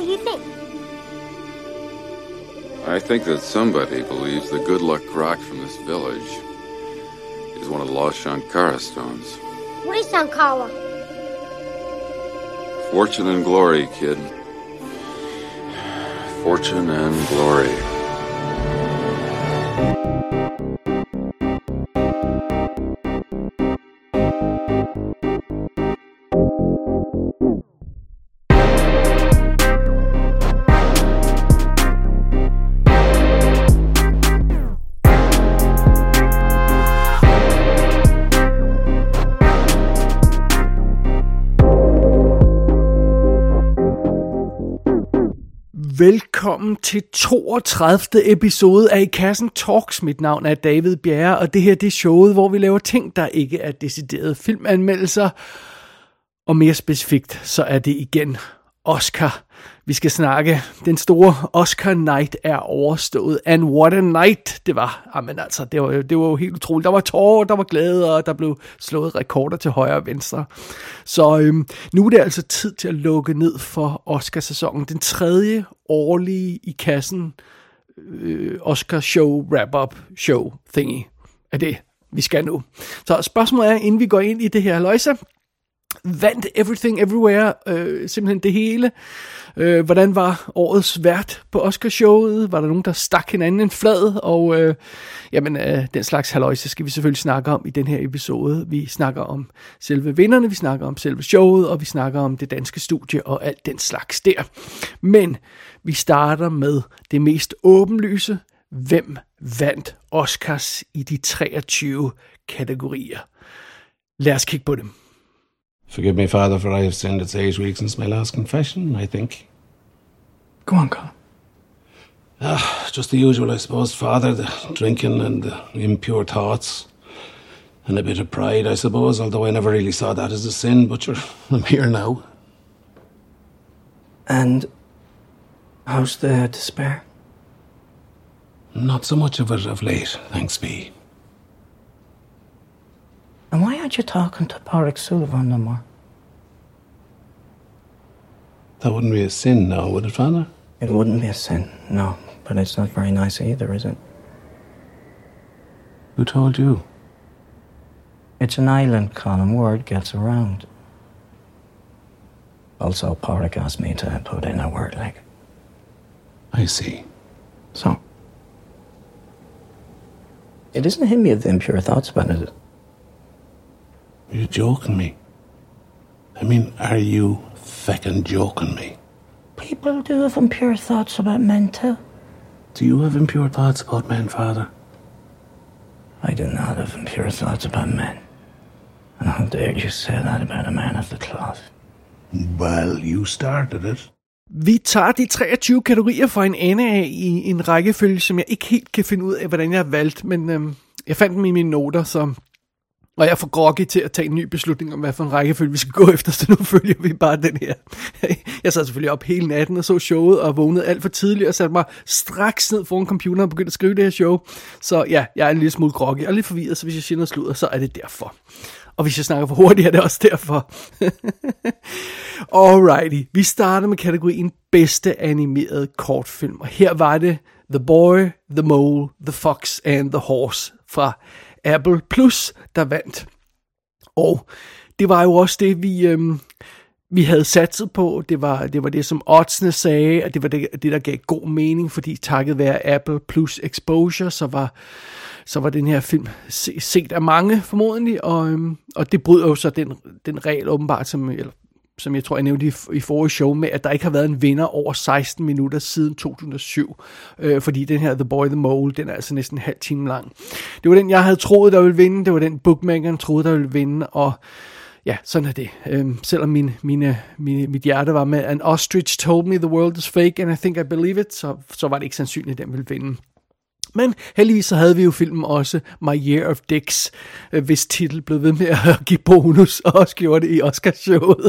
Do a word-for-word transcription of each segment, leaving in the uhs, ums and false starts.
What do you think? I think that somebody believes the good luck rock from this village is one of the lost Shankara stones. What is Sankara? Fortune and glory, kid. Fortune and glory. Velkommen til toogtredivte episode af I Kassen Talks. Mit navn er David Bjerre, og det her det er showet, hvor vi laver ting, der ikke er deciderede filmanmeldelser. Og mere specifikt, så er det igen Oscar. Vi skal snakke. Den store Oscar night er overstået. And what a night det var. Jamen altså, det var, det var jo helt utroligt. Der var tårer, der var glæde, og der blev slået rekorder til højre og venstre. Så øhm, nu er det altså tid til at lukke ned for Oscar-sæsonen. Den tredje årlige i kassen øh, Oscar-show, wrap-up show thingy er det, vi skal nu. Så spørgsmålet er, inden vi går ind i det her løjse, vandt Everything Everywhere øh, simpelthen det hele? Øh, hvordan var årets vært på Oscarshowet? Var der nogen, der stak hinanden en flad? Og øh, jamen, øh, den slags halløjse skal vi selvfølgelig snakke om i den her episode. Vi snakker om selve vinderne, vi snakker om selve showet, og vi snakker om det danske studie og alt den slags der. Men vi starter med det mest åbenlyse. Hvem vandt Oscars i de treogtyve kategorier? Lad os kigge på dem. Forgive me, Father, for I have sinned. It's eight weeks since my last confession, I think. Go on, Colin. Ah, just the usual, I suppose, Father. The drinking and the impure thoughts. And a bit of pride, I suppose, although I never really saw that as a sin, but you're, I'm here now. And how's the despair? Not so much of it of late, thanks be. And why aren't you talking to Pádraig Sullivan no more? That wouldn't be a sin now, would it, Father? It wouldn't be a sin, no. But it's not very nice either, is it? Who told you? It's an island, Colin. Word gets around. Also, Pádraig asked me to put in a word, like. I see. So? It isn't him you have the impure thoughts about, is it? Are you joking me? I mean, are you feckin' joking me? People do have impure thoughts about men too. Do you have impure thoughts about men, Father? I do not have impure thoughts about men. And how dare you say that about a man of the cloth? Well, you started it. Vi tager de treogtyve kategorier fra en ende af i en rækkefølge, som jeg ikke helt kan finde ud af, hvordan jeg har valgt, men øhm, jeg fandt dem i mine noter, så... Og jeg er for groggy til at tage en ny beslutning om, hvad for en rækkefølge vi skal gå efter, så nu følger vi bare den her. Jeg sad selvfølgelig op hele natten og så showet, og vågnede alt for tidligt, og satte mig straks ned foran computeren og begyndte at skrive det her show. Så ja, jeg er en lille smule groggy og lidt forvirret, så hvis jeg siger noget sludder, så er det derfor. Og hvis jeg snakker for hurtigt, er det også derfor. Alrighty, vi starter med kategorien bedste animerede kortfilm, og her var det The Boy, The Mole, The Fox and The Horse fra Apple Plus, der vandt. Og det var jo også det, vi, øhm, vi havde satset på. Det var, det var det, som oddsene sagde, og det var det, det, der gav god mening, fordi takket være Apple Plus Exposure, så var, så var den her film set af mange formodentlig, og, øhm, og det bryder jo så den, den regel åbenbart, som, eller, som jeg tror, jeg nævnte i, i forrige show, med, at der ikke har været en vinder over seksten minutter siden to tusind og syv. Øh, fordi den her The Boy, The Mole, den er altså næsten en halv time lang. Det var den, jeg havde troet, der ville vinde. Det var den, bookmakeren troede, der ville vinde. Og ja, sådan er det. Øhm, selvom min, mine, mine, mit hjerte var med, An ostrich told me the world is fake, and I think I believe it, så, så var det ikke sandsynligt, at den ville vinde. Men heldigvis så havde vi jo filmen også My Year of Dicks, hvis titel blev ved med at give bonus, og også gjorde det i Oscarshowet.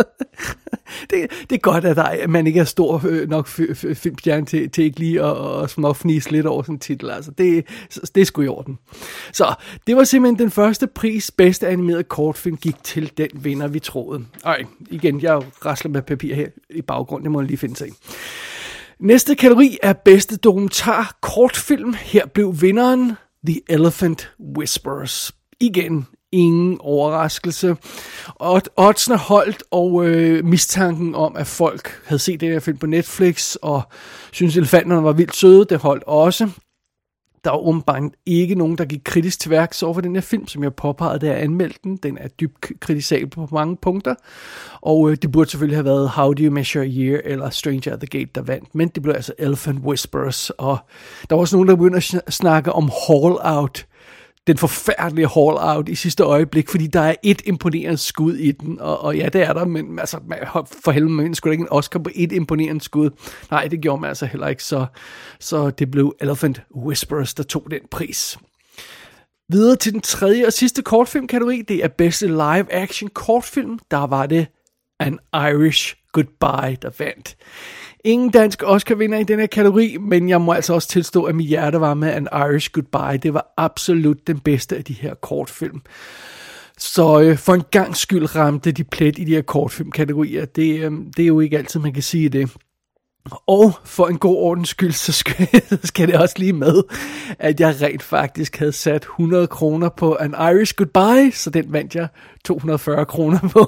det, det er godt, at, der, at man ikke er stor øh, nok f- f- filmstjerne til, til ikke lige at, at småfnise lidt over sådan en titel. Altså, det, det er sgu i orden. Så det var simpelthen den første pris, bedste animerede kortfilm, gik til den vinder, vi troede. Ej, igen, jeg rasler med papir her i baggrunden, det må jeg lige finde sig. Næste kategori er bedste dokumentar kortfilm. Her blev vinderen The Elephant Whisperers. Igen, ingen overraskelse. Oddsene holdt, og øh, mistanken om, at folk havde set den her film på Netflix, og syntes elefanterne var vildt søde, det holdt også. Der var åbenbart ikke nogen, der gik kritisk til værks over for den her film, som jeg påpegede, da jeg anmeldte den. Den er dybt kritisabel på mange punkter. Og øh, det burde selvfølgelig have været How Do You Measure a Year eller Stranger at the Gate, der vandt. Men det blev altså Elephant Whisperers. Og der var også nogen, der begyndte at snakke om Haul Out. Den forfærdelige Haul Out i sidste øjeblik, fordi der er et imponerende skud i den, og, og ja, det er der, men altså, for helvede, man skulle ikke en Oscar på et imponerende skud. Nej, det gjorde man altså heller ikke, så, så det blev Elephant Whisperers, der tog den pris. Videre til den tredje og sidste kortfilmkategori, det er bedste live action kortfilm, der var det An Irish Goodbye, der vandt. Ingen dansk Oscar-vinder i den her kategori, men jeg må altså også tilstå, at mit hjerte var med An Irish Goodbye. Det var absolut den bedste af de her kortfilm. Så øh, for en gang skyld ramte de plet i de her kortfilmkategorier. Det, øh, det er jo ikke altid, man kan sige det. Og for en god ordens skyld, så skal, skal det også lige med, at jeg rent faktisk havde sat hundrede kroner på An Irish Goodbye, så den vandt jeg to hundrede og fyrre kroner på.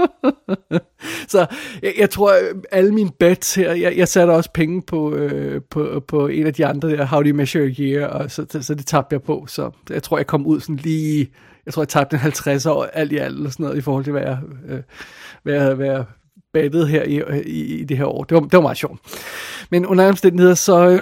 Så jeg, jeg tror, alle mine bets her, jeg, jeg satte også penge på, øh, på, på en af de andre der, How Do You Measure a Year, og så, så, så det tabte jeg på. Så jeg tror, jeg kom ud sådan lige, jeg tror, jeg tabte en halvtreds år alt i alt, og sådan noget, i forhold til, hvad jeg, øh, hvad jeg, hvad jeg battet her i, i, i det her år. Det var, det var meget sjovt. Men under omstændigheder, så,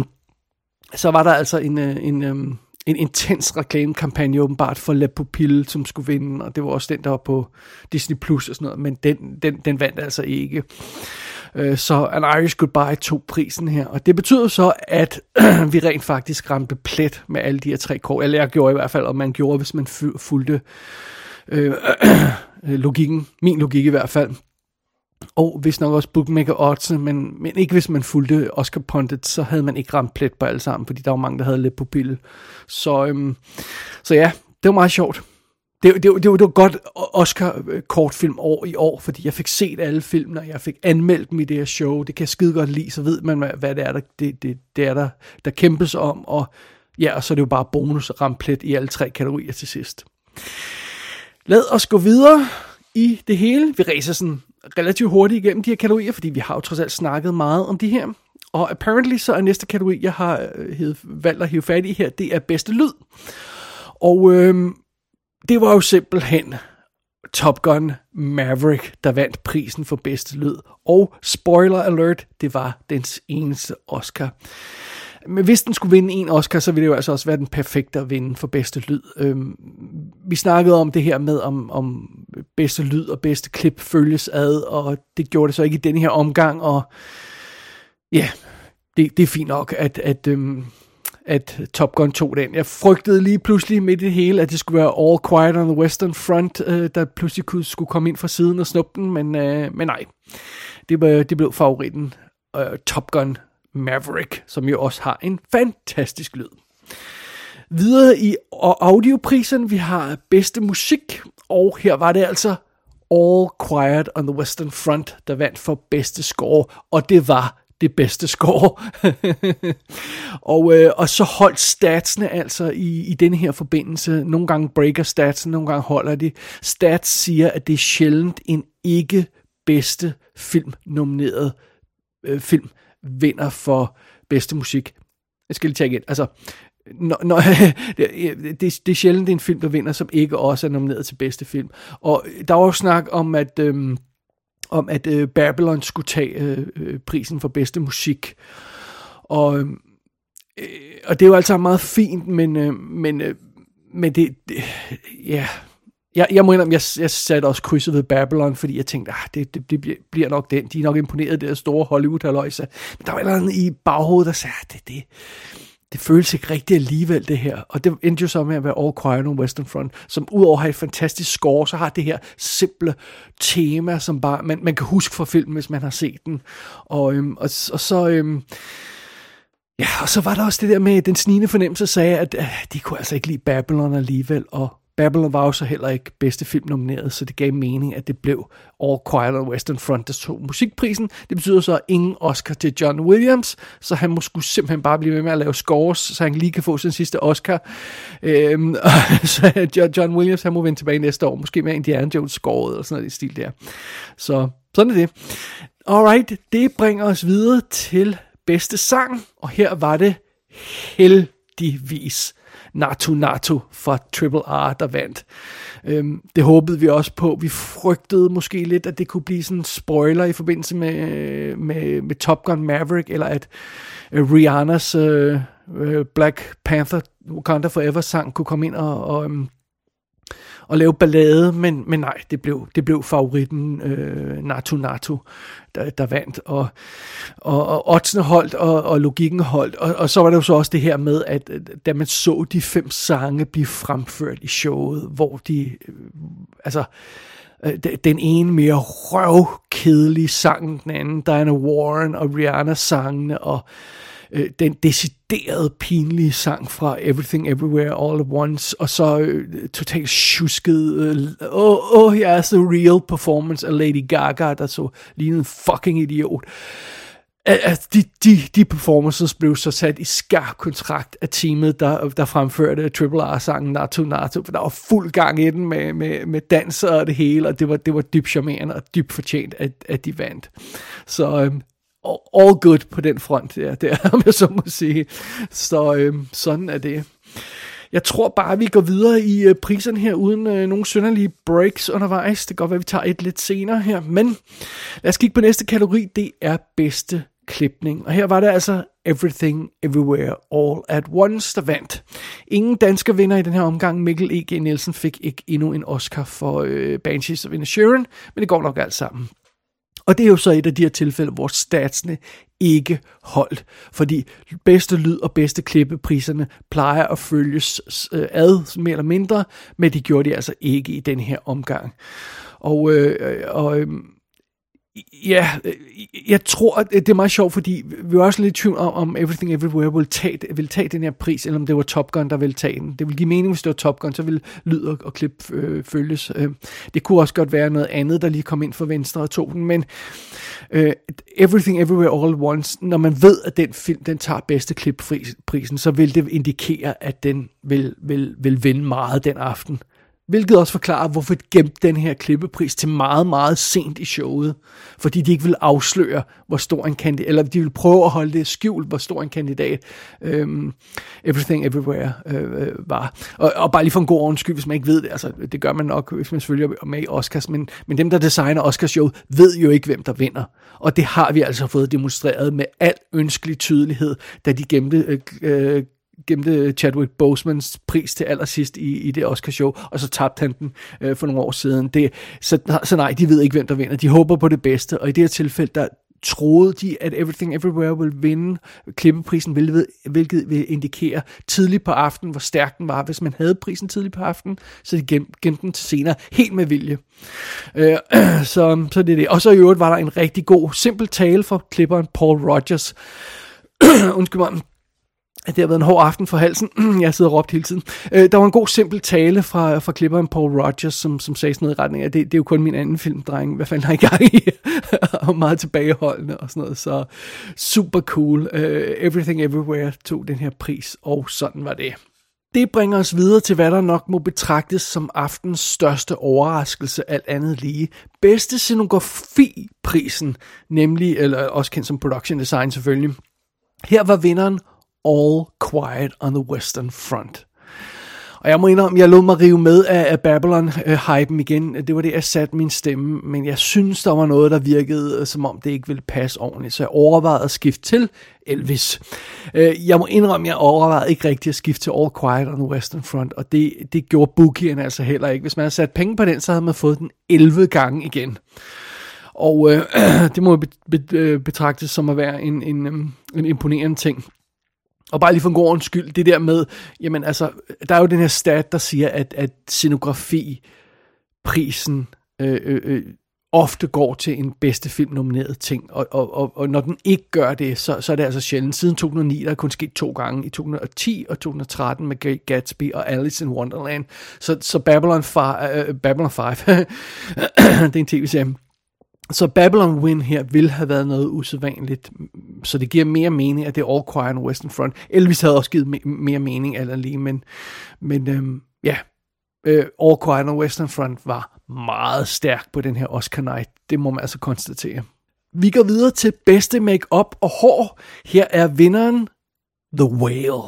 så var der altså en, en, en, en intens reklamekampagne åbenbart for La Pupille, som skulle vinde, og det var også den, der var på Disney Plus og sådan noget, men den, den, den vandt altså ikke. Så An Irish Goodbye tog prisen her, og det betyder så, at vi rent faktisk ramte plet med alle de her tre kort, eller jeg gjorde i hvert fald, og man gjorde, hvis man fulgte øh, logikken, min logik i hvert fald. Og hvis nok også bookmaker odds, men, men ikke hvis man fulgte Oscar Pundit, så havde man ikke ramt plet på alle sammen, fordi der var mange, der havde lidt på pille. Så, øhm, så ja, det var meget sjovt. Det, det, det, det, var, det var godt Oscar-kortfilm år i år, fordi jeg fik set alle filmene, og jeg fik anmeldt dem i det her show. Det kan jeg skide godt lide, så ved man, hvad det er, der, det, det, det er der, der kæmpes om. Og ja, og så er det jo bare bonus at ramme plet i alle tre kategorier til sidst. Lad os gå videre i det hele. Vi ræser sådan relativt hurtigt igennem de her kategorier, fordi vi har jo trods alt snakket meget om de her. Og apparently så er næste kategori, jeg har hed, valgt at hive fat i her, det er bedste lyd. Og øhm, det var jo simpelthen Top Gun Maverick, der vandt prisen for bedste lyd. Og spoiler alert, det var dens eneste Oscar. Men hvis den skulle vinde en Oscar, så ville det jo altså også være den perfekte at vinde for bedste lyd. Øhm, vi snakkede om det her med, om, om bedste lyd og bedste klip følges ad, og det gjorde det så ikke i denne her omgang, og ja, det, det er fint nok, at, at, øhm, at Top Gun tog den. Jeg frygtede lige pludselig midt i det hele, at det skulle være All Quiet on the Western Front, øh, der pludselig kunne, skulle komme ind fra siden og snuppe den, men, øh, men nej, det, var, det blev favoritten, øh, Top Gun Maverick, som jo også har en fantastisk lyd. Videre i audioprisen, vi har bedste musik, og her var det altså All Quiet on the Western Front, der vandt for bedste score, og det var det bedste score. og, øh, og så holdt statsene altså i, i denne her forbindelse. Nogle gange breaker statsen, nogle gange holder de. Stats siger, at det er sjældent en ikke bedste film nomineret øh, film vinder for bedste musik. Jeg skal lige tage igen. Altså, når, når, det, det, det er sjældent en film, der vinder, som ikke også er nomineret til bedste film. Og der var jo snak om, at, øhm, om, at øh, Babylon skulle tage øh, prisen for bedste musik. Og, øh, og det er jo altså meget fint, men, øh, men, øh, men det, det ja... Jeg, jeg må indrømme, jeg, jeg satte også krydset ved Babylon, fordi jeg tænkte, ah, det, det, det bliver nok den. De er nok imponeret af det store Hollywood-halløjse. Men der var et eller andet i baghovedet, der sagde, det, det, det føles ikke rigtigt alligevel, det her. Og det endte jo så med at være All Quiet on the Western Front, som udover at have et fantastisk score, så har det her simple tema, som bare man, man kan huske fra filmen, hvis man har set den. Og, øhm, og, og så... Øhm, ja, og så var der også det der med, den snigende fornemmelse sagde, at øh, de kunne altså ikke lide Babylon alligevel, og Babylon var jo så heller ikke bedste film nomineret, så det gav mening, at det blev All Quiet on the Western Front, der tog musikprisen. Det betyder så ingen Oscar til John Williams, så han må skulle simpelthen bare blive ved med at lave scores, så han lige kan få sin sidste Oscar. Øhm, så John Williams, han må vende tilbage næste år, måske med Indiana Jones scoret, eller sådan noget i stil der. Så sådan er det. Alright, det bringer os videre til bedste sang, og her var det heldigvis Naatu Naatu fra Triple R, der vandt. Øhm, det håbede vi også på. Vi frygtede måske lidt, at det kunne blive sådan en spoiler i forbindelse med, med, med Top Gun Maverick, eller at uh, Rihannas uh, uh, Black Panther Wakanda Forever sang kunne komme ind og, og, um, og lave ballade, men, men nej, det blev, det blev favoritten uh, Naatu Naatu, der, der vandt, og, og, og oddsene holdt, og, og logikken holdt, og, og så var det jo så også det her med, at da man så de fem sange blive fremført i showet, hvor de, altså, den ene mere røvkedelige sang end den anden, Diana Warren og Rihanna sangene, og øh, den deciderede pinlige sang fra Everything Everywhere All at Once, og så øh, totalt tjusket, øh, åh, oh, ja, yeah, så real performance af Lady Gaga, der så lignede en fucking idiot. Altså, de, de, de performances blev så sat i skarp kontrakt af teamet, der, der fremførte Triple R-sangen Naatu Naatu, for der var fuld gang i den med, med, med danser og det hele, og det var, det var dybt charmerende og dybt fortjent, at, at de vandt. Så øhm, all good på den front, der, der, om jeg så må sige. Så øhm, sådan er det. Jeg tror bare, vi går videre i uh, priserne her, uden uh, nogen synderlige breaks undervejs. Det kan godt være, vi tager et lidt senere her, men lad os kigge på næste kategori. Det er bedste klipning. Og her var det altså Everything Everywhere All at Once, der vandt. Ingen dansker vinder i den her omgang. Mikkel E G Nielsen fik ikke endnu en Oscar for uh, Banshees of Inisherin, men det går nok alt sammen. Og det er jo så et af de her tilfælde, hvor statsene ikke holdt, fordi bedste lyd og bedste klippepriserne plejer at følges ad, mere eller mindre, men de gjorde de altså ikke i den her omgang. Og, øh, og øh, ja, jeg tror, at det er meget sjovt, fordi vi var også lidt i tvivl om, om Everything Everywhere ville tage, ville tage den her pris, eller om det var Top Gun, der ville tage den. Det ville give mening, hvis det var Top Gun, så ville lyd og, og klip øh, følges. Øh, det kunne også godt være noget andet, der lige kom ind fra venstre og tog den, men øh, Everything Everywhere All at Once, når man ved, at den film, den tager bedste klipprisen, så vil det indikere, at den vil, vil, vil vinde meget den aften. Hvilket også forklarer, hvorfor de gemte den her klippepris til meget, meget sent i showet. Fordi de ikke ville afsløre, hvor stor en kandidat, eller de ville prøve at holde det skjult, hvor stor en kandidat um, Everything Everywhere uh, var. Og, og bare lige for en god ordens skyld, hvis man ikke ved det, altså det gør man nok, hvis man selvfølgelig er med i Oscars, men, men dem, der designer Oscarshowet, ved jo ikke, hvem der vinder. Og det har vi altså fået demonstreret med al ønskelig tydelighed, da de gemte uh, gemte Chadwick Bosemans pris til allersidst i, i det Oscar-show, og så tabte han den øh, for nogle år siden. Det, så, så nej, de ved ikke, hvem der vinder. De håber på det bedste, og i det her tilfælde, der troede de, at Everything Everywhere ville vinde klippeprisen, hvilket, hvilket vil indikere tidligt på aftenen, hvor stærk den var, hvis man havde prisen tidligt på aftenen, så de gem, gemte den til senere, helt med vilje. Øh, så, så det er det. Og så i øvrigt var der en rigtig god, simpel tale fra klipperen Paul Rogers. Undskyld mig, det har været en hård aften for halsen. Jeg sidder og råbt hele tiden. Øh, der var en god, simpel tale fra, fra klipperen Paul Rogers, som, som sagde sådan noget i retning af, det, det er jo kun min anden film, dreng. Hvad fanden har jeg i gang i? Og meget tilbageholdende og sådan noget. Så super cool. Uh, Everything Everywhere tog den her pris, og sådan var det. Det bringer os videre til, hvad der nok må betragtes som aftens største overraskelse, alt andet lige. Bedste scenografi-prisen, nemlig, eller også kendt som production design selvfølgelig. Her var vinderen All Quiet on the Western Front. Og jeg må indrømme, jeg lod mig rive med af, af Babylon-hypen igen. Det var det, jeg satte min stemme. Men jeg synes, der var noget, der virkede, som om det ikke ville passe ordentligt. Så jeg overvejede at skifte til Elvis. Jeg må indrømme, jeg overvejede ikke rigtigt at skifte til All Quiet on the Western Front. Og det, det gjorde bookierne altså heller ikke. Hvis man havde sat penge på den, så havde man fået den elleve gange igen. Og øh, det må betragtes som at være en, en, en imponerende ting. Og bare lige for en god ordens skyld, det der med, jamen altså, der er jo den her stat, der siger, at, at scenografi-prisen øh, øh, øh, ofte går til en bedste film nomineret ting, og, og, og, og når den ikke gør det, så, så er det altså sjældent. Siden to tusind og ni, der er kun sket to gange, i to tusind og ti og to tusind og tretten med Great Gatsby og Alice in Wonderland. Så, så Babylon fem, øh, Babylon fem, det er en tv-serie. Så Babylon Win her vil have været noget usædvanligt, så det giver mere mening, at det er All Quiet on the Western Front. Elvis havde også givet me- mere mening, eller lige, men, men øhm, ja, øh, All Quiet on the Western Front var meget stærk på den her Oscar night. Det må man altså konstatere. Vi går videre til bedste make-up og hår. Her er vinderen The Whale.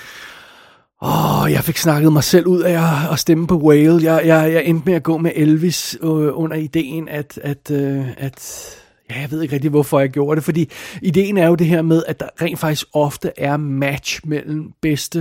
Åh, oh, jeg fik snakket mig selv ud af at stemme på Whale. Jeg, jeg, jeg endte med at gå med Elvis øh, under ideen, at, at, øh, at... Ja, jeg ved ikke rigtig, hvorfor jeg gjorde det, fordi ideen er jo det her med, at der rent faktisk ofte er match mellem bedste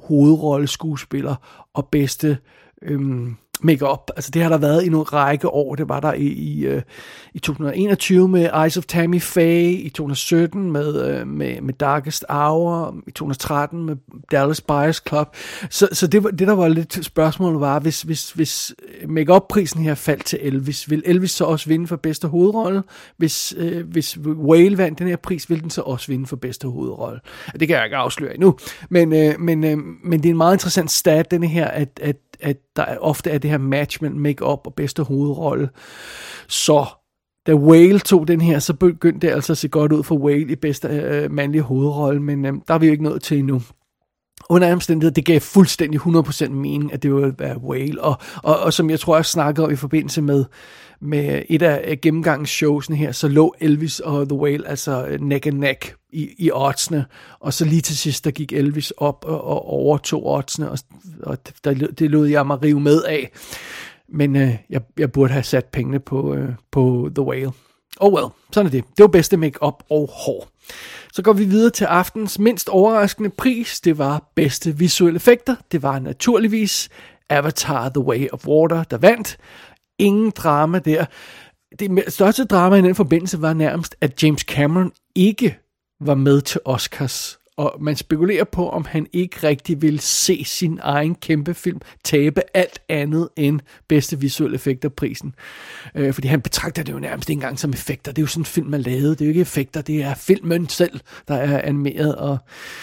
hovedrolleskuespiller og bedste øhm, make-up. Altså det har der været i nogle række år. Det var der i, i, øh, i to tusind og enogtyve med Eyes of Tammy Faye, i to tusind og sytten med, øh, med, med Darkest Hour, i to tusind og tretten med Dallas Buyers Club. Så, så det, det, der var lidt spørgsmålet var, hvis, hvis, hvis make-up-prisen her faldt til Elvis, vil Elvis så også vinde for bedste hovedrolle? Hvis, øh, hvis Whale vandt den her pris, vil den så også vinde for bedste hovedrolle? Det kan jeg ikke afsløre endnu. Men, øh, men, øh, men det er en meget interessant stat, denne her, at, at at der ofte er det her match mellem make-up og bedste hovedrolle. Så da Whale tog den her, så begyndte det altså at se godt ud for Whale i bedste øh, mandlige hovedrolle, men øh, der er vi jo ikke nået til endnu. Under omstændighed, det gav fuldstændig hundrede procent mening, at det ville være Whale, og, og, og som jeg tror, jeg snakker om i forbindelse med, med et af gennemgangsshowsene her, så lå Elvis og The Whale altså neck and neck i, i oddsene, og så lige til sidst, der gik Elvis op og, og overtog oddsene, og, og der, det lod jeg mig rive med af, men øh, jeg, jeg burde have sat pengene på, øh, på The Whale. Oh well, sådan er det. Det var bedste make-up og hår. Så går vi videre til aftens mindst overraskende pris. Det var bedste visuelle effekter. Det var naturligvis Avatar The Way of Water, der vandt. Ingen drama der. Det største drama i den forbindelse var nærmest, at James Cameron ikke var med til Oscars. Og man spekulerer på, om han ikke rigtig vil se sin egen kæmpe film tabe alt andet end bedste visuelle effekter-prisen. Øh, fordi han betragter det jo nærmest ikke engang som effekter. Det er jo sådan en film, man lavede. Det er jo ikke effekter, det er filmen selv, der er animeret, og,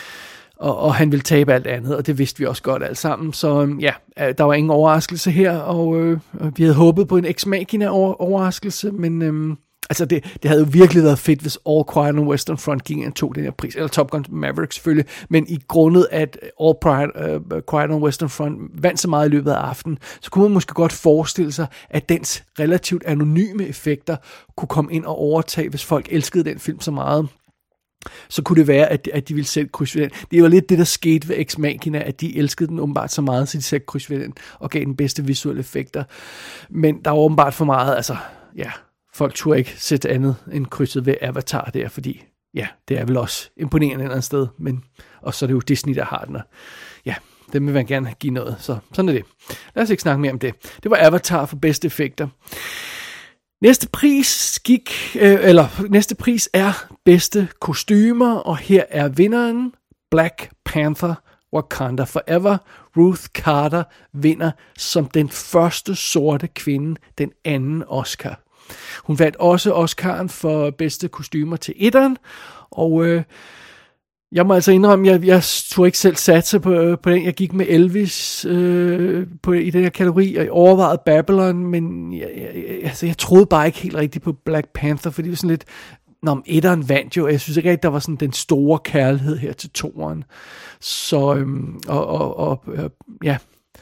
og, og han vil tabe alt andet, og det vidste vi også godt alt sammen. Så ja, der var ingen overraskelse her, og øh, vi havde håbet på en ex machina overraskelse, men... Øh, Altså, det, det havde jo virkelig været fedt, hvis All Quiet on the Western Front gik ind og tog den her pris. Eller Top Gun Maverick selvfølgelig. Men i grundet, at All Quiet, uh, Quiet on the Western Front vandt så meget i løbet af aftenen, så kunne man måske godt forestille sig, at dens relativt anonyme effekter kunne komme ind og overtage, hvis folk elskede den film så meget. Så kunne det være, at, at de ville sætte kryds ved den. Det var lidt det, der skete ved Ex Machina, at de elskede den åbenbart så meget, så de satte kryds ved den og gav den bedste visuelle effekter. Men der var åbenbart for meget, altså, ja... Folk turde ikke sætte andet end krydset ved Avatar der, fordi ja, det er vel også imponerende et eller andet sted, men også så er det jo Disney, der har den, og ja, dem vil man gerne give noget, så sådan er det. Lad os ikke snakke mere om det. Det var Avatar for bedste effekter. Næste pris gik, øh, eller næste pris er bedste kostymer, og her er vinderen Black Panther Wakanda Forever. Ruth Carter vinder som den første sorte kvinde den anden Oscar. Hun vandt også Oscaren for bedste kostymer til etteren, og øh, jeg må altså indrømme, jeg, jeg tog ikke selv satse på, på den. Jeg gik med Elvis øh, på, i den her kategori, og jeg overvejede Babylon, men jeg, jeg, altså, jeg troede bare ikke helt rigtigt på Black Panther, fordi det var sådan lidt, nå, om etteren vandt jo, og jeg synes ikke rigtig, der var sådan den store kærlighed her til toeren. Så, øhm, og, og, og øh, ja...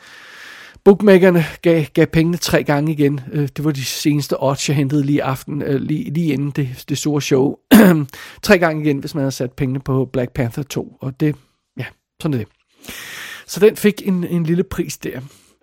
Bookmakerne gav, gav pengene tre gange igen. Det var de seneste odds, jeg hentede lige aften, lige, lige inden det, det store show. tre gange igen, hvis man havde sat pengene på Black Panther to. Og det, ja, sådan er det. Så den fik en, en lille pris der.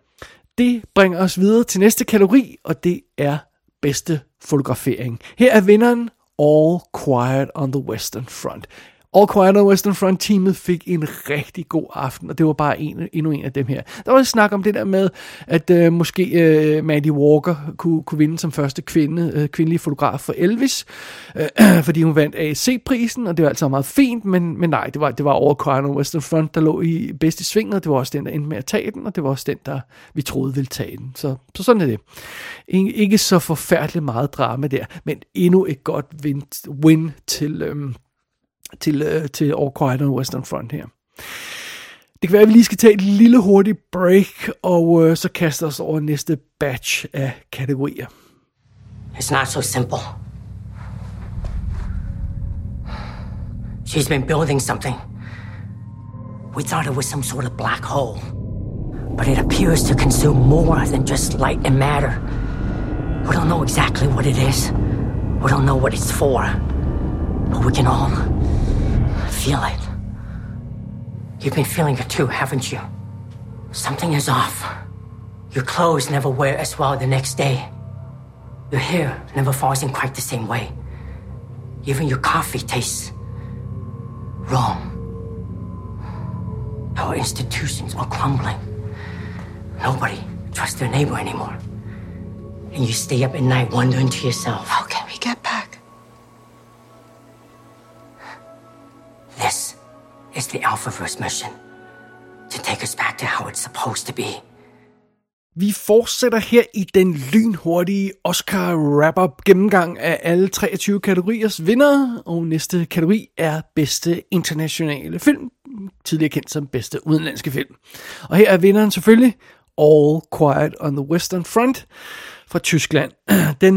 Det bringer os videre til næste kategori, og det er bedste fotografering. Her er vinderen All Quiet on the Western Front. All Quiet on the Western Front teamet fik en rigtig god aften, og det var bare en, endnu en af dem her. Der var en snak om det der med, at øh, måske øh, Mandy Walker kunne, kunne vinde som første kvinde, øh, kvindelige fotograf for Elvis, øh, fordi hun vandt A C-prisen, og det var altså meget fint, men, men nej, det var, det var All Quiet on the Western Front, der lå i bedst i svinget, det var også den, der endte med at tage den, og det var også den, der vi troede ville tage den. Så, så sådan er det. Ikke, ikke så forfærdeligt meget drama der, men endnu et godt win, win til... Øh, til, øh, til All Quiet on the Western Front her. Det kan være, at vi lige skal tage et lille hurtigt break, og øh, så kaster os over næste batch af kategorier. It's not so simple. She's been building something. We thought it was some sort of black hole. But it appears to consume more than just light and matter. We don't know exactly what it is. We don't know what it's for. But we can all feel it. You've been feeling it too, haven't you? Something is off. Your clothes never wear as well the next day. Your hair never falls in quite the same way. Even your coffee tastes wrong. Our institutions are crumbling. Nobody trusts their neighbor anymore. And you stay up at night wondering to yourself, how can we get back? This is the Alphaverse mission. To take us back to how it's supposed to be. Vi fortsætter her i den lynhurtige Oscar wrap-up gennemgang af alle treogtyve kategoriers vindere, og næste kategori er bedste internationale film, tidligere kendt som bedste udenlandske film. Og her er vinderen selvfølgelig All Quiet on the Western Front fra Tyskland. Den,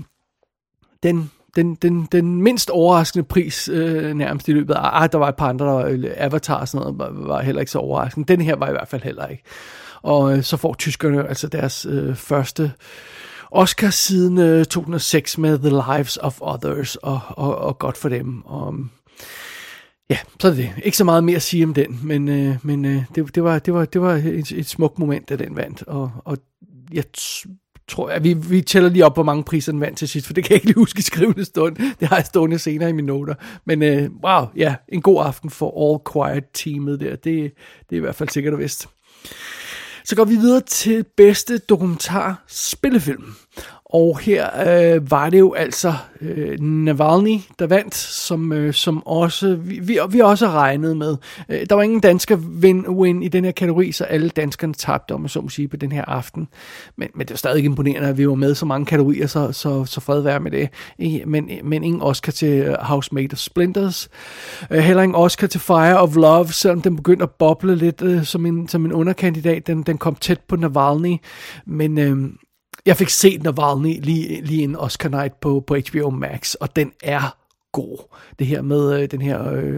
den, den, den, den mindst overraskende pris øh, nærmest i løbet af, ah, der var et par andre, der var Avatar og sådan noget, var, var heller ikke så overraskende. Den her var i hvert fald heller ikke. Og øh, så får tyskerne altså deres øh, første Oscar siden øh, to tusind og seks med The Lives of Others, og, og, og godt for dem. Og, ja, så er det. Ikke så meget mere at sige om den, men, øh, men øh, det, det var, det var, det var et, et smukt moment, da den vandt. Og, og jeg t- tror, at vi, vi tæller lige op, hvor mange priser den vandt til sidst, for det kan jeg ikke lige huske i skrivende stund. Det har jeg stående senere i mine noter. Men øh, wow, ja, en god aften for All Quiet-teamet der. Det, det er i hvert fald sikkert og vist. Så går vi videre til bedste dokumentar spillefilm. Og her øh, var det jo altså øh, Navalny, der vandt, som, øh, som også, vi, vi, vi også regnet med. Øh, der var ingen dansker win, win i den her kategori, så alle danskerne tabte, om man så må sige, på den her aften. Men, men det er stadig imponerende, at vi var med så mange kategorier, så, så, så fred være med det. Men, men ingen Oscar til Housemaid of Splinters. Øh, heller ingen Oscar til Fire of Love, selvom den begyndte at boble lidt øh, som, en, som en underkandidat. Den, den kom tæt på Navalny, men... Øh, Jeg fik set Navalny lige, lige en Oscar night på, på H B O Max, og den er god. Det her med øh, den her øh,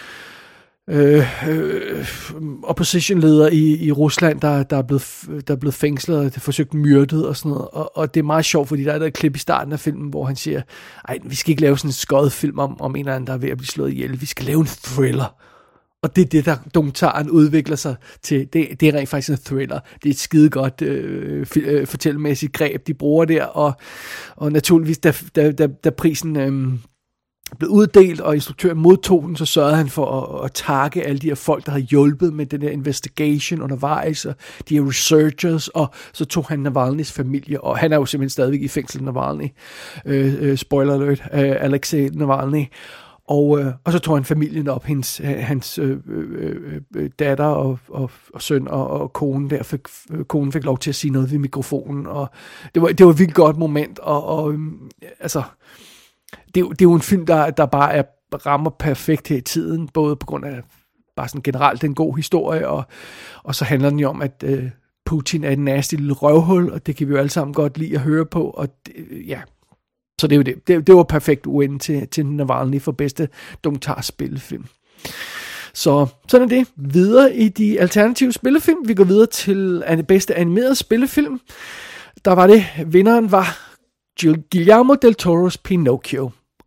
øh, øh, opposition-leder i, i Rusland, der, der, er blevet, der er blevet fængslet og forsøgt myrdet og sådan noget. Og, og det er meget sjovt, fordi der er der et klip i starten af filmen, hvor han siger, ej, vi skal ikke lave sådan en skøjet film om, om en eller anden, der er ved at blive slået ihjel. Vi skal lave en thriller. Og det er det, der dokumentaren udvikler sig til. Det, det er rent faktisk en thriller. Det er et skide godt øh, øh, fortællemæssigt greb, de bruger der. Og, og naturligvis, da, da, da, da prisen øh, blev uddelt, og instruktøren modtog den, så sørgede han for at, at takke alle de her folk, der har hjulpet med den her investigation undervejs, og de her researchers, og så tog han Navalnys familie, og han er jo simpelthen stadigvæk i fængsel, Navalny. Øh, øh, spoiler alert, øh, Alexei Navalny. Og, øh, og så tog han familien op, hendes, hans øh, øh, øh, datter og, og, og søn og, og kone der, fik, øh, konen fik lov til at sige noget ved mikrofonen, og det var, det var et virkelig godt moment, og, og øh, altså, det, det er jo en film, der, der bare er, rammer perfekt her i tiden, både på grund af bare sådan generelt en god historie, og, og så handler den jo om, at øh, Putin er et nasty lille røvhul, og det kan vi jo alle sammen godt lide at høre på, og det, ja... Så det er jo det. Det, det var perfekt win til, til Navalny for bedste dokumentarspillefilm. Så sådan er det. Videre i de alternative spillefilm. Vi går videre til bedste animerede spillefilm. Der var det. Vinderen var Guillermo del Toros Pinocchio.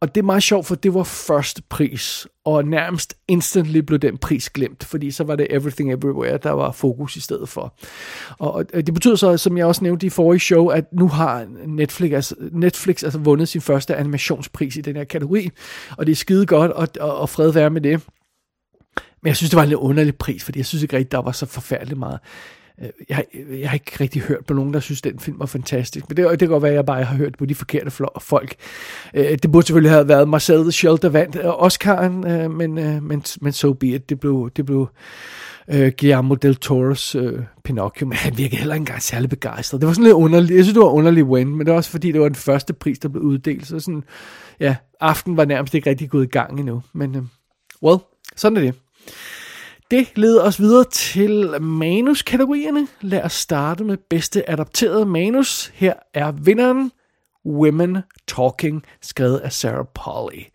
Og det er meget sjovt, for det var første pris, og nærmest instantly blev den pris glemt, fordi så var det Everything Everywhere, der var fokus i stedet for. Og det betyder så, som jeg også nævnte i forrige show, at nu har Netflix altså, Netflix altså vundet sin første animationspris i den her kategori, og det er skide godt, og, og, og fred være med det. Men jeg synes, det var en lidt underlig pris, fordi jeg synes ikke rigtig, der var så forfærdeligt meget. Jeg, jeg har ikke rigtig hørt på nogen, der synes, den film var fantastisk. Men det, det kan godt være, at jeg bare har hørt på de forkerte folk. Det burde selvfølgelig have været Marcel the Shell, der vandt Oscar'en, men, men, men so be it. Det blev, det blev uh, Guillermo del Toros uh, Pinocchio, men han virkede heller ikke engang særlig begejstret. Det var sådan lidt underligt. Jeg synes, det var underligt win, men det var også fordi, det var den første pris, der blev uddelt. Så sådan, ja, aften var nærmest ikke rigtig gået i gang endnu. Men, uh, well, sådan er det. Det leder os videre til manuskategorierne. Lad os starte med bedste adapteret manus. Her er vinderen Women Talking, skrevet af Sarah Polley.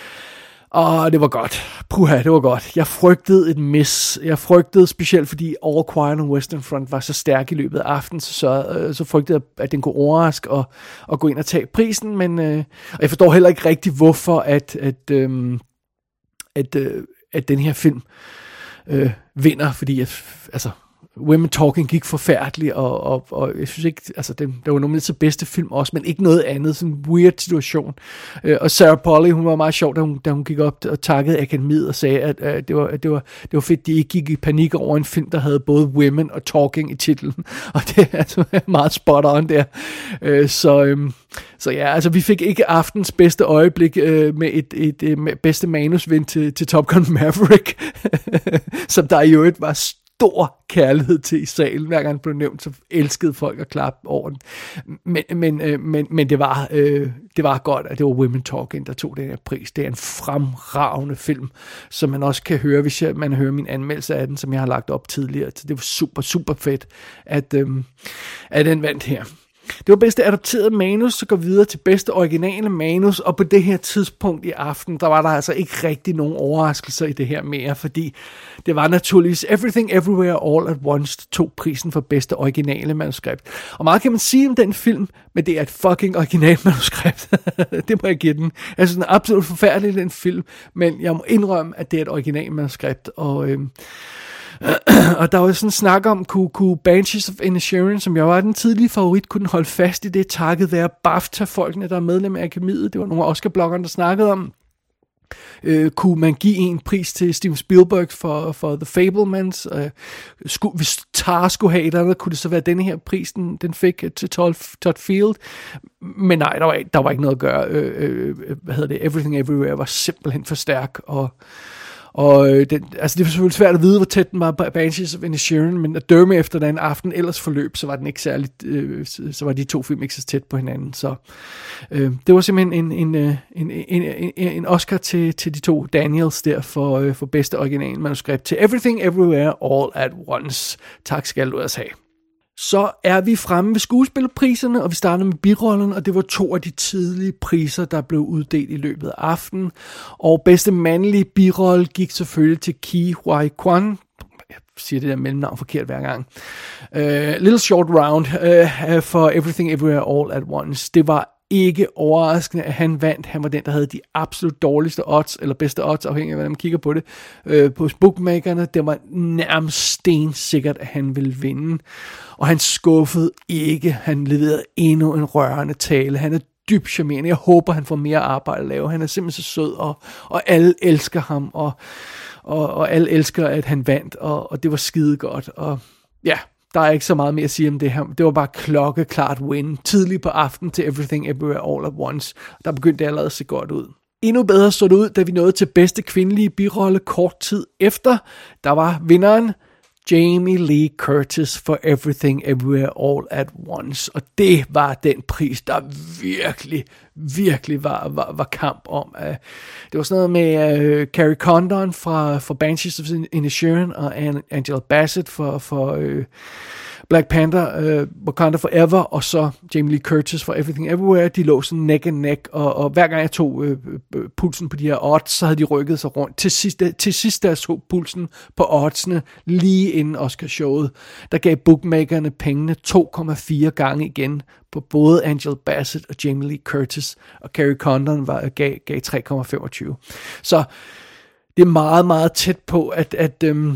Og det var godt. Puha, det var godt. Jeg frygtede et miss. Jeg frygtede specielt, fordi All Quiet on Western Front var så stærk i løbet af aftenen, så, så, så frygtede jeg, at den kunne overraske og, og gå ind og tage prisen. Men øh, og jeg forstår heller ikke rigtig, hvorfor at, at, øh, at, øh, at den her film Øh, vinder, fordi jeg, altså, Women Talking gik forfærdeligt, og, og, og jeg synes ikke, altså, det, det var noget til bedste film også, men ikke noget andet, sådan en weird situation. Øh, og Sarah Polley, hun var meget sjov, da hun, da hun gik op og takkede akademiet og sagde, at, at, det var, at det, var, det var fedt, de ikke gik i panik over en film, der havde både Women og Talking i titlen, og det er altså meget spot on der. Øh, så, øhm, så ja, altså vi fik ikke aftens bedste øjeblik øh, med et, et, et med bedste manusvind til, til Top Gun Maverick, som der i øvrigt var stor kærlighed til i salen. Hver gang den blev nævnt, så elskede folk at klappe over den. Men, men, øh, men, men det, var, øh, det var godt, at det var Women Talking, der tog den her pris. Det er en fremragende film, som man også kan høre, hvis jeg, man hører min anmeldelse af den, som jeg har lagt op tidligere. Så det var super, super fedt, at, øh, at den vandt her. Det var bedste adapteret manus, så går vi videre til bedste originale manus, og på det her tidspunkt i aften, der var der altså ikke rigtig nogen overraskelser i det her mere, fordi det var naturligvis Everything Everywhere All at Once, der tog prisen for bedste originale manuskript. Og meget kan man sige om den film, men det er et fucking originalt manuskript. Det må jeg give den. Jeg synes, den er absolut forfærdelig, den film, men jeg må indrømme, at det er et originalt manuskript, og øh, og der var sådan en snak om, kunne, kunne Banshees of Inisherin, som jeg var den tidlige favorit, kunne holde fast i det, takket være BAFTA-folkene, der er medlem af akademiet. Det var nogle af Oscar-bloggerne, der snakkede om. Øh, kunne man give en pris til Steven Spielberg for, for The Fabelmans? Øh, skulle, hvis Tar skulle have et eller andet, kunne det så være denne her pris, den, den fik til Todd Field? Men nej, der var, der var ikke noget at gøre. Øh, øh, hvad hedder det? Everything Everywhere var simpelthen for stærk, og Og øh, den, altså det var selvfølgelig svært at vide, hvor tæt den var på Banshees of Inisherin, men at dømme efter den aften ellers forløb, så var den ikke særlig, øh, så var de to film ikke så tæt på hinanden. Så øh, det var simpelthen en, en, en, en, en, en Oscar til, til de to Daniels der for, øh, for bedste original manuskript til Everything Everywhere All at Once. Tak skal du også have. Så er vi fremme ved skuespillerpriserne, og vi starter med birollen, og det var to af de tidlige priser, der blev uddelt i løbet af aftenen. Og bedste mandlige birolle gik selvfølgelig til Ke Huy Quan. Jeg siger det der mellemnavn forkert hver gang. Uh, Little Short Round uh, for Everything Everywhere All at Once. Det var ikke overraskende, at han vandt. Han var den, der havde de absolut dårligste odds, eller bedste odds, afhængig af, hvordan man kigger på det, øh, på bookmakerne. Det var nærmest stensikkert, at han ville vinde. Og han skuffede ikke. Han leverede endnu en rørende tale. Han er dybt charmerende. Jeg håber, han får mere arbejde at lave. Han er simpelthen så sød, og, og alle elsker ham, og, og, og alle elsker, at han vandt, og, og det var skide godt. Og ja, der er ikke så meget mere at sige om det her. Det var bare klokkeklart win. Tidligt på aften til Everything Everywhere All at Once. Der begyndte det allerede at se godt ud. Endnu bedre så det ud, da vi nåede til bedste kvindelige birolle kort tid efter. Der var vinderen Jamie Lee Curtis for Everything Everywhere All at Once. Og det var den pris, der virkelig, virkelig var, var, var kamp om. Det var sådan noget med uh, Carrie Condon fra, fra Banshees of Inisherin og Angela Bassett for, for uh, Black Panther, uh, Wakanda Forever, og så Jamie Lee Curtis for Everything Everywhere, de lå sådan neck and neck, og, og hver gang jeg tog uh, pulsen på de her odds, så havde de rykket sig rundt. Til sidst, til sidst da jeg så pulsen på oddsene, lige inden Oscar-showet, der gav bookmakerne pengene to komma fire gange igen på både Angela Bassett og Jamie Lee Curtis, og Carrie Condon var, gav, gav tre komma femogtyve. Så det er meget, meget tæt på, at, at, øhm,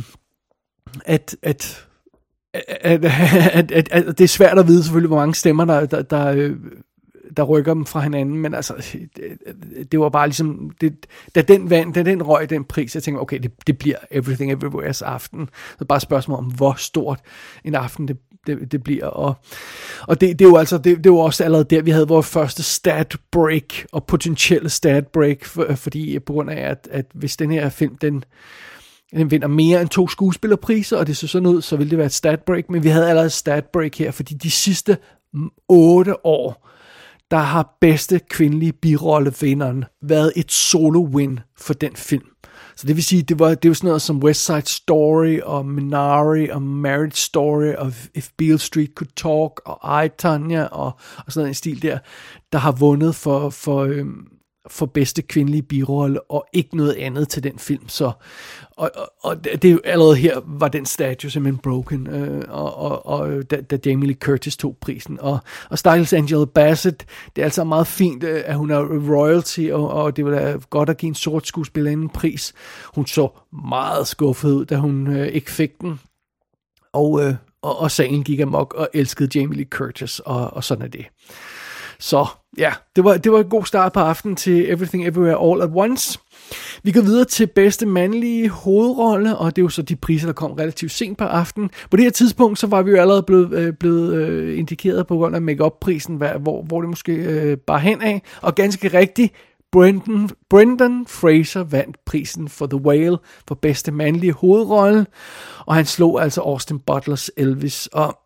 at, at, at, at, at, at det er svært at vide selvfølgelig, hvor mange stemmer, der, der, der, der rykker dem fra hinanden, men altså, det, det var bare ligesom, det, da den vand, da den røg den pris, jeg tænkte, okay, det, det bliver Everything Everywhere's aften. Så bare et spørgsmål om, hvor stort en aften det Det, det bliver, og, og det, det er jo altså, det, det var også allerede der, vi havde vores første stat break, og potentielle stat break, for, fordi på grund af, at, at hvis den her film, den, den vinder mere end to skuespillerpriser, og det så sådan ud, så ville det være et stat break, men vi havde allerede et stat break her, fordi de sidste otte år, der har bedste kvindelige birollevinderen været et solo-win for den film. Så det vil sige, det var, det var sådan noget som West Side Story, og Minari, og Marriage Story, og If Beale Street Could Talk, og I, Tonya, og, og sådan noget en stil der, der har vundet for, for, øhm, for bedste kvindelige birolle, og ikke noget andet til den film. Så, og, og, og det er jo allerede her, var den statue simpelthen broken, øh, og, og, og da, da Jamie Lee Curtis tog prisen. Og, og stakkels Angela Bassett, det er altså meget fint, at hun er royalty, og, og det var da godt at give en sort skuespiller en pris. Hun så meget skuffet ud, da hun øh, ikke fik den, og, øh, og, og sagen gik amok, og elskede Jamie Lee Curtis, og, og sådan er det. Så ja, det var, det var en god start på aftenen til Everything Everywhere All at Once. Vi går videre til bedste mandlige hovedrolle, og det er jo så de priser, der kom relativt sent på aftenen. På det her tidspunkt, så var vi jo allerede blevet, øh, blevet øh, indikeret på grund af make-up-prisen, hvor, hvor det måske øh, bare hen af. Og ganske rigtigt, Brendan, Brendan Fraser vandt prisen for The Whale for bedste mandlige hovedrolle, og han slog altså Austin Butlers Elvis, og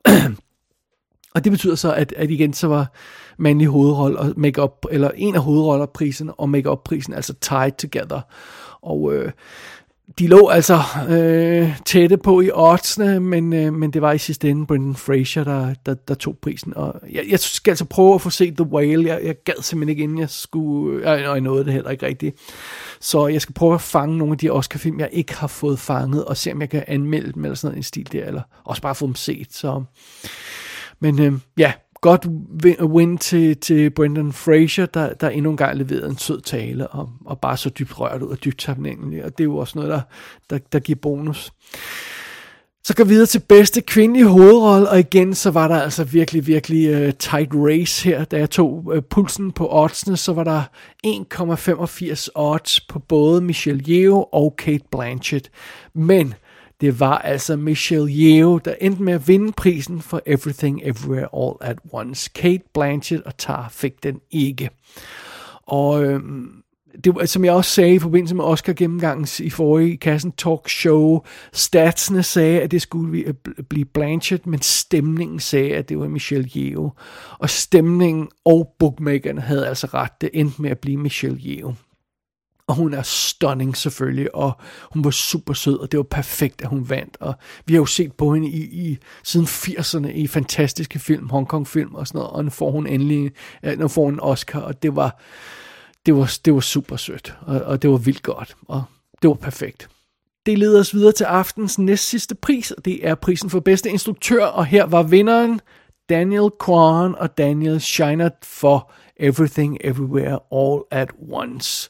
Og det betyder så, at, at igen så var mandlig hovedrolle og make-up, eller en af hovedrollerprisen og make-up-prisen altså tied together. Og øh, de lå altså øh, tætte på i oddsene, men, øh, men det var i sidste ende Brendan Fraser, der, der, der tog prisen. Og jeg, jeg skal altså prøve at få set The Whale. Jeg, jeg gad simpelthen ikke, inden jeg skulle... Jeg, jeg nåede det heller ikke rigtigt. Så jeg skal prøve at fange nogle af de Oscar-film, jeg ikke har fået fanget, og se om jeg kan anmelde dem eller sådan noget en stil der, eller også bare få dem set. Så... Men øh, ja, godt win til, til Brendan Fraser, der, der endnu en gang leverede en sød tale, og, og bare så dybt rørt ud og dybt taknemmelig, og det er jo også noget, der, der, der giver bonus. Så går vi videre til bedste kvindelige hovedrolle, og igen, så var der altså virkelig, virkelig uh, tight race her. Da jeg tog uh, pulsen på oddsene, så var der en komma femogfirs odds på både Michelle Yeoh og Cate Blanchett. Men det var altså Michelle Yeoh, der endte med at vinde prisen for Everything Everywhere All at Once. Cate Blanchett og Tar fik den ikke. Og øhm, det var, som jeg også sagde i forbindelse med Oscar-gennemgangen i forrige Kassen Talk Show, statsene sagde, at det skulle blive Blanchett, men stemningen sagde, at det var Michelle Yeoh. Og stemningen og bookmakerne havde altså ret. Det endte med at blive Michelle Yeoh. Og hun er stunning selvfølgelig, og hun var super sød, og det var perfekt, at hun vandt. Og vi har jo set på hende i, i siden firserne i fantastiske film, Hongkong-film og sådan noget, og nu får hun endelig nu får hun en Oscar, og det var, det var, det var super sødt, og, og det var vildt godt, og det var perfekt. Det leder os videre til aftens næst sidste pris, og det er prisen for bedste instruktør, og her var vinderen Daniel Kwan og Daniel Scheinert for Everything Everywhere All at Once.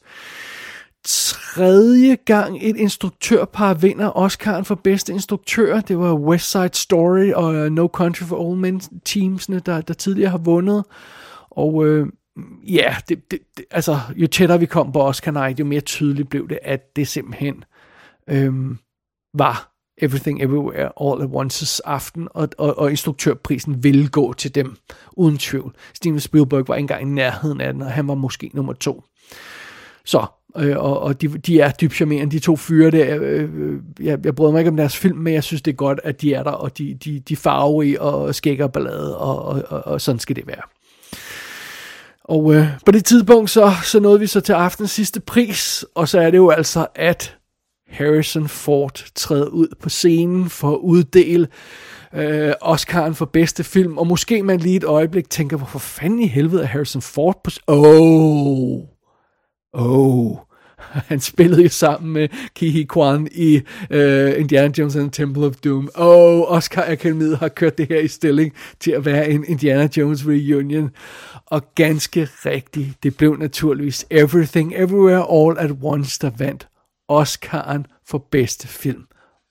Tredje gang et instruktørpar vinder Oscar'en for bedste instruktør. Det var West Side Story og No Country for Old Men teamsene, der, der tidligere har vundet. Og øh, ja, det, det, det, altså jo tættere vi kom på Oscar night, jo mere tydeligt blev det, at det simpelthen øh, var Everything Everywhere All at Once's aften, og, og, og instruktørprisen ville gå til dem, uden tvivl. Steven Spielberg var ikke engang i nærheden af den, og han var måske nummer to. Så, øh, og, og de, de er dybt charmerende, de to fyre der. Øh, jeg, jeg bryder mig ikke om deres film, men jeg synes, det er godt, at de er der, og de, de, de farverige og skægger ballade, og, og, og, og sådan skal det være. Og øh, på det tidspunkt, så, så nåede vi så til aftens sidste pris, og så er det jo altså, at Harrison Ford træder ud på scenen for at uddele øh, Oscar'en for bedste film, og måske man lige et øjeblik tænker, hvorfor fanden i helvede er Harrison Ford på... Åh, oh, oh. Han spillede jo sammen med Ke-Huy Quan i uh, Indiana Jones and the Temple of Doom. Og Oscar Akademiet har kørt det her i stilling til at være en Indiana Jones reunion. Og ganske rigtigt, det blev naturligvis Everything Everywhere All at Once, der vandt Oscar'en for bedste film.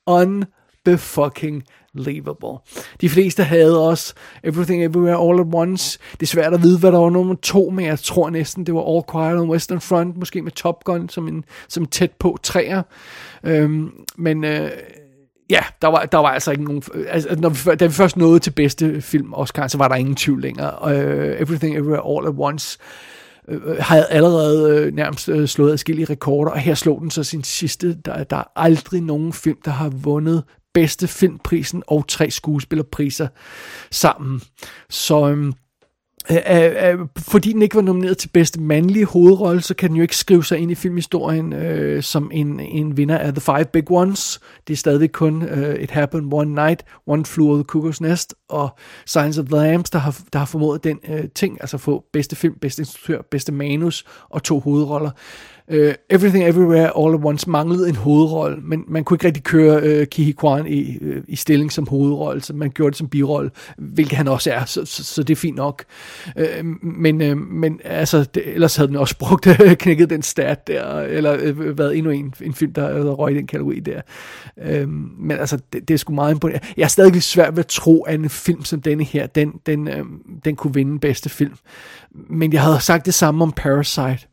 Unbefucking believable. De fleste havde også Everything Everywhere All at Once. Det er svært at vide, hvad der var nummer to, men jeg tror næsten, det var All Quiet on Western Front, måske med Top Gun som en, som tæt på træer. Øhm, men øh, ja, der var, der var altså ikke nogen... Altså, når vi, da vi først nåede til bedste film Oscar, så var der ingen tvivl længere. Uh, Everything Everywhere All at Once øh, havde allerede øh, nærmest øh, slået adskillige rekorder, og her slog den så sin sidste. Der, der er aldrig nogen film, der har vundet bedste filmprisen og tre skuespillerpriser sammen. Så øhm, øh, øh, fordi den ikke var nomineret til bedste mandlige hovedrolle, så kan den jo ikke skrive sig ind i filmhistorien øh, som en, en vinder af The Five Big Ones. Det er stadig kun øh, It Happened One Night, One Flew Over the Cuckoo's Nest og Silence of the Lambs, der har, der har formået den øh, ting, altså få bedste film, bedste instruktør, bedste manus og to hovedroller. Uh, Everything Everywhere All at Once manglede en hovedrolle, men man kunne ikke rigtig køre uh, Ke-Huy Quan i, uh, i stilling som hovedrolle, så man gjorde det som birolle, hvilket han også er, så, så, så det er fint nok. Uh, men, uh, men altså, det, ellers havde den også brugt uh, knækket den stat der, eller uh, været endnu en, en film, der havde røget i den kategori der. Uh, men altså, det, det er sgu meget imponerende. Jeg er stadig lidt svært ved at tro, at en film som denne her, den, den, uh, den kunne vinde bedste film. Men jeg havde sagt det samme om Parasite.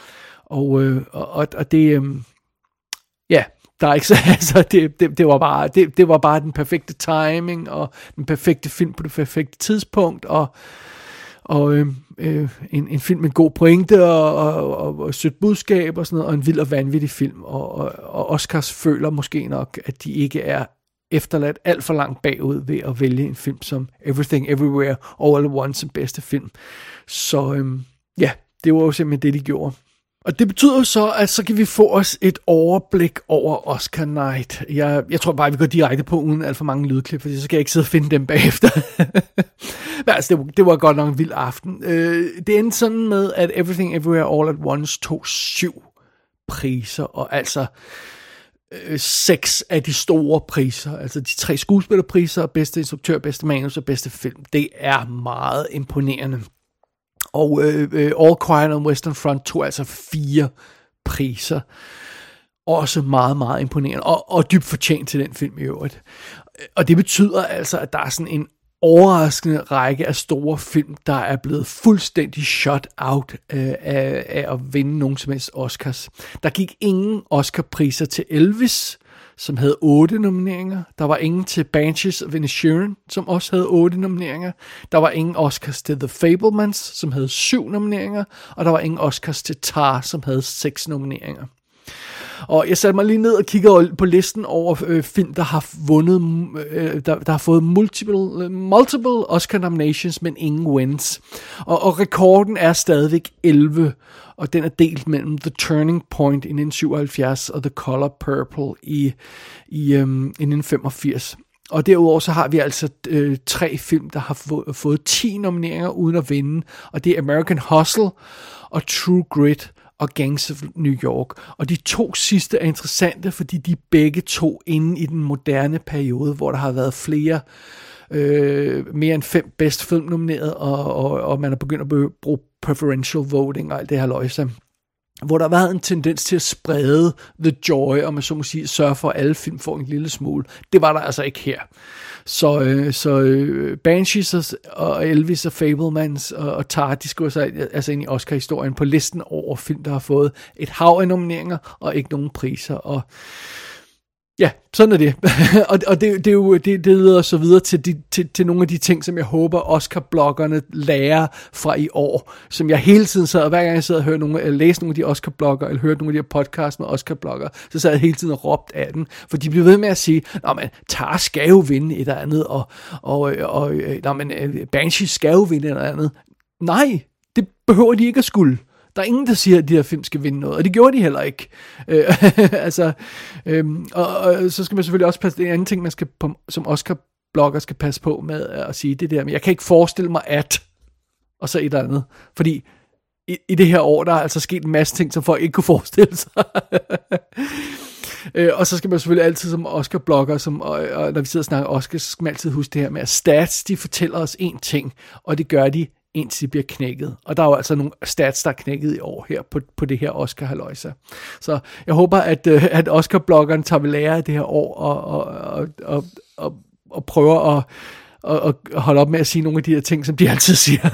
Og, øh, og, og det, øh, ja, der er ikke så, altså, det, det, det, var bare, det, det var bare den perfekte timing, og den perfekte film på det perfekte tidspunkt, og, og øh, øh, en, en film med god pointe, og, og, og, og sødt budskab, og sådan noget, og en vild og vanvittig film, og, og, og Oscars føler måske nok, at de ikke er efterladt alt for langt bagud ved at vælge en film som Everything Everywhere All at Once som bedste film. Så øh, ja, det var jo simpelthen det, de gjorde. Og det betyder så, at så kan vi få os et overblik over Oscar Night. Jeg, jeg tror bare, at vi går direkte på uden alt for mange lydklip, for så skal jeg ikke sidde og finde dem bagefter. Men altså, det var, det var godt nok en vild aften. Øh, det endte sådan med, at Everything Everywhere All at Once tog syv priser, og altså øh, seks af de store priser, altså de tre skuespillerpriser, bedste instruktør, bedste manus og bedste film. Det er meget imponerende. Og øh, øh, All Quiet on Western Front tog altså fire priser. Også meget, meget imponerende. Og, og dybt fortjent til den film i øvrigt. Og det betyder altså, at der er sådan en overraskende række af store film, der er blevet fuldstændig shut out øh, af, af at vinde nogen som helst Oscars. Der gik ingen Oscar-priser til Elvis, som havde otte nomineringer. Der var ingen til Banshees of Inisherin, som også havde otte nomineringer. Der var ingen Oscars til The Fabelmans, som havde syv nomineringer. Og der var ingen Oscars til Tar, som havde seks nomineringer. Og jeg satte mig lige ned og kiggede på listen over øh, film, der har vundet, øh, der, der har fået multiple, multiple Oscar nominations, men ingen wins. Og, og rekorden er stadigvæk elleve, og den er delt mellem The Turning Point i nitten syvoghalvfjerds og The Color Purple i, i, øhm, i nitten femogfirs. Og derudover så har vi altså øh, tre film, der har få, fået ti nomineringer uden at vinde, og det er American Hustle og True Grit og Gangs of New York. Og de to sidste er interessante, fordi de begge to inde i den moderne periode, hvor der har været flere, øh, mere end fem bedste film nomineret, og, og, og man er begyndt at bruge preferential voting og alt det her løjse. Hvor der har været en tendens til at sprede the joy, og man så må sige, sørge for, at alle film får en lille smule. Det var der altså ikke her. Så, øh, så øh, Banshees og, og Elvis og Fabelmans og, og Tar, de skulle sig altså ind i Oscar-historien på listen over film, der har fået et hav af nomineringer og ikke nogen priser. Og ja, sådan er det. og og det, det, er jo, det, det leder så videre til, de, til, til nogle af de ting, som jeg håber Oscar-bloggerne lærer fra i år, som jeg hele tiden sad, og hver gang jeg sad og hørte nogle, eller læste nogle af de Oscar-blogger, eller hørte nogle af de her podcasts med Oscar-blogger, så sad jeg hele tiden og råbte af den, for de blev ved med at sige, nå, men Tar skal jo vinde et eller andet, og, og, og, og nå, men Banshee skal jo vinde et eller andet. Nej, det behøver de ikke at skulle. Der er ingen, der siger, at de her film skal vinde noget, og det gjorde de heller ikke. Øh, altså, øh, og, og så skal man selvfølgelig også passe, en anden ting, man skal, som Oscar-blogger skal passe på med at sige, det der, men jeg kan ikke forestille mig, at, og så et eller andet, fordi i, i det her år, der er altså sket en masse ting, som folk ikke kunne forestille sig. øh, og så skal man selvfølgelig altid som Oscar-blogger, som, og, og når vi sidder og snakker Oscar, så skal man altid huske det her med, at stats, de fortæller os én ting, og det gør de, indtil de bliver knækket. Og der er jo altså nogle stats, der er knækket i år her på, på det her Oscar-halløjsa. Så jeg håber, at, øh, at Oscar-bloggeren tager ved lære af det her år, og, og, og, og, og, og prøver at og, og holde op med at sige nogle af de her ting, som de altid siger.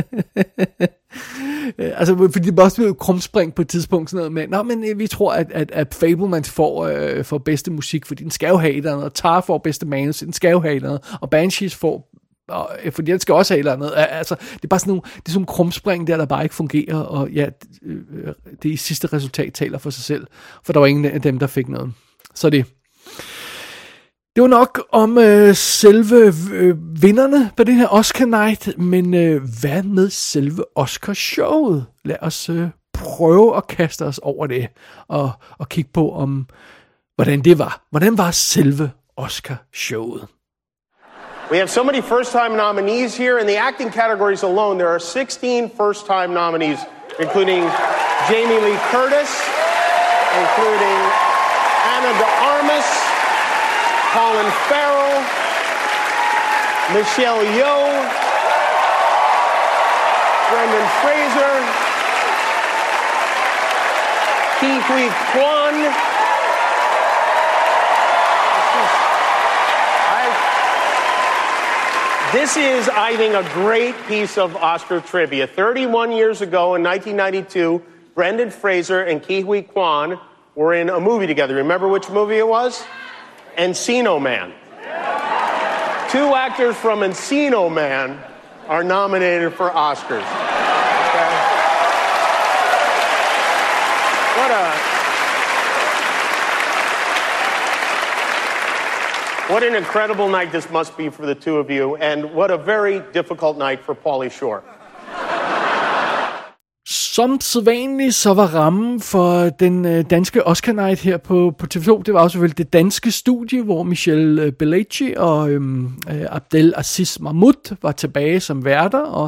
Altså, fordi det også blev krumspring på et tidspunkt, sådan noget med, nå, men vi tror, at, at, at Fabelmans får, øh, får bedste musik, fordi den skal jo have et eller andet, og Tar får bedste manus, den skal jo have et eller andet, og Banshees får, og, fordi den skal også have et eller andet. Altså, det er bare sådan nogle, det er sådan nogle krumspring der, der bare ikke fungerer, og ja, det, det sidste resultat taler for sig selv, for der var ingen af dem, der fik noget. Så det Det var nok om øh, selve øh, vinderne på den her Oscar Night, men øh, hvad med selve Oscar-showet? Lad os øh, prøve at kaste os over det, og, og kigge på, om hvordan det var. Hvordan var selve Oscar-showet? We have so many first-time nominees here. In the acting categories alone, there are sixteen first-time nominees, including Jamie Lee Curtis, including Ana de Armas, Colin Farrell, Michelle Yeoh, Brendan Fraser, Ke Huy Quan. This is, I think, a great piece of Oscar trivia. thirty-one years ago in nineteen ninety-two, Brendan Fraser and Ke Huy Quan were in a movie together. Remember which movie it was? Encino Man. Two actors from Encino Man are nominated for Oscars. Okay? What a what an incredible night this must be for the two of you, and what a very difficult night for Pauly Shore. Som sædvanligt, så var rammen for den øh, danske Oscar Night her på, på T V to, det var også selvfølgelig det danske studie, hvor Michelle Belleci og øhm, øh, Abdel Aziz Mahmoud var tilbage som værter, og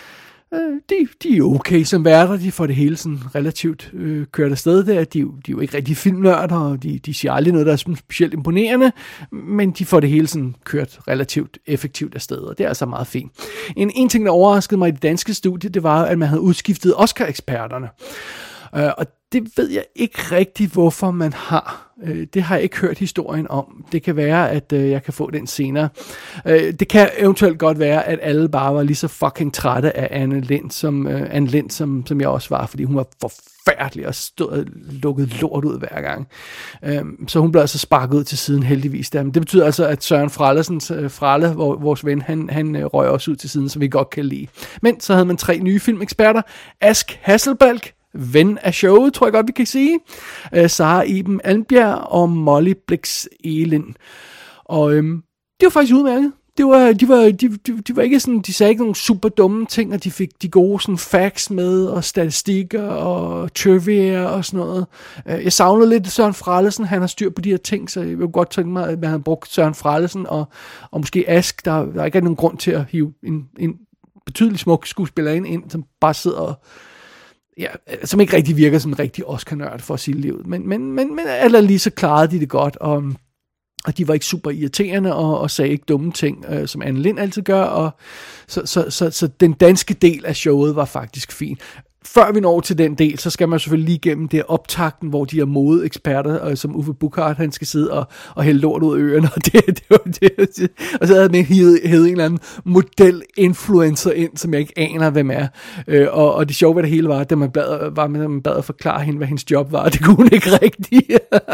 øh, de, de er okay som værter, de får det hele sådan relativt øh, kørt afsted der, de, de er jo ikke rigtig filmnørder, og de, de siger aldrig noget, der er specielt imponerende, men de får det hele sådan kørt relativt effektivt afsted, og det er altså meget fint. En, en ting, der overraskede mig i det danske studie, det var, at man havde udskiftet Oscar-eksperterne, øh, og det ved jeg ikke rigtig, hvorfor man har. Det har jeg ikke hørt historien om. Det kan være, at øh, jeg kan få den senere. Øh, det kan eventuelt godt være, at alle bare var lige så fucking trætte af Anne Lind, som, øh, Anne Lind, som, som jeg også var, fordi hun var forfærdelig og stod og lukket lort ud hver gang. Øh, så hun blev altså sparket ud til siden heldigvis. Der. Men det betyder altså, at Søren Frellesens øh, Fralle, vores ven, han, han øh, røg også ud til siden, som vi godt kan lide. Men så havde man tre nye filmeksperter. Ask Hasselbalch, ven af showet, tror jeg godt, vi kan sige. Uh, Sara Iben Almbjerg og Molly Blix Elin. Og øhm, det var faktisk udmærket. Det var, de, var, de, de, de var ikke sådan, de sagde ikke nogle super dumme ting, og de fik de gode sådan facts med, og statistikker, og trivia, og sådan noget. Uh, jeg savnede lidt Søren Frellesen, han har styr på de her ting, så jeg vil godt tænke mig, at man havde brugt Søren Frellesen, og, og måske Ask, der, der er ikke nogen grund til at hive en, en betydelig smuk skuespiller ind, ind, som bare sidder og ja, som ikke rigtig virker som en rigtig Oscar-nørd for at sige livet. Men, men, men, men eller lige så klarede de det godt, og, og de var ikke super irriterende, og, og sagde ikke dumme ting, øh, som Anne Lind altid gør, og så, så, så, så den danske del af showet var faktisk fin. Før vi når til den del, så skal man selvfølgelig lige igennem det optakten, hvor de er modeeksperter, øh, som Uffe Buchard, han skal sidde og, og hælde lort ud af ørerne, og, det, det, det, det, og så havde man hævet en eller anden model-influencer ind, som jeg ikke aner, hvem er. Øh, og, og det sjove ved det hele var, at man bad, var, man bad at forklare hende, hvad hendes job var, og det kunne hun ikke rigtigt.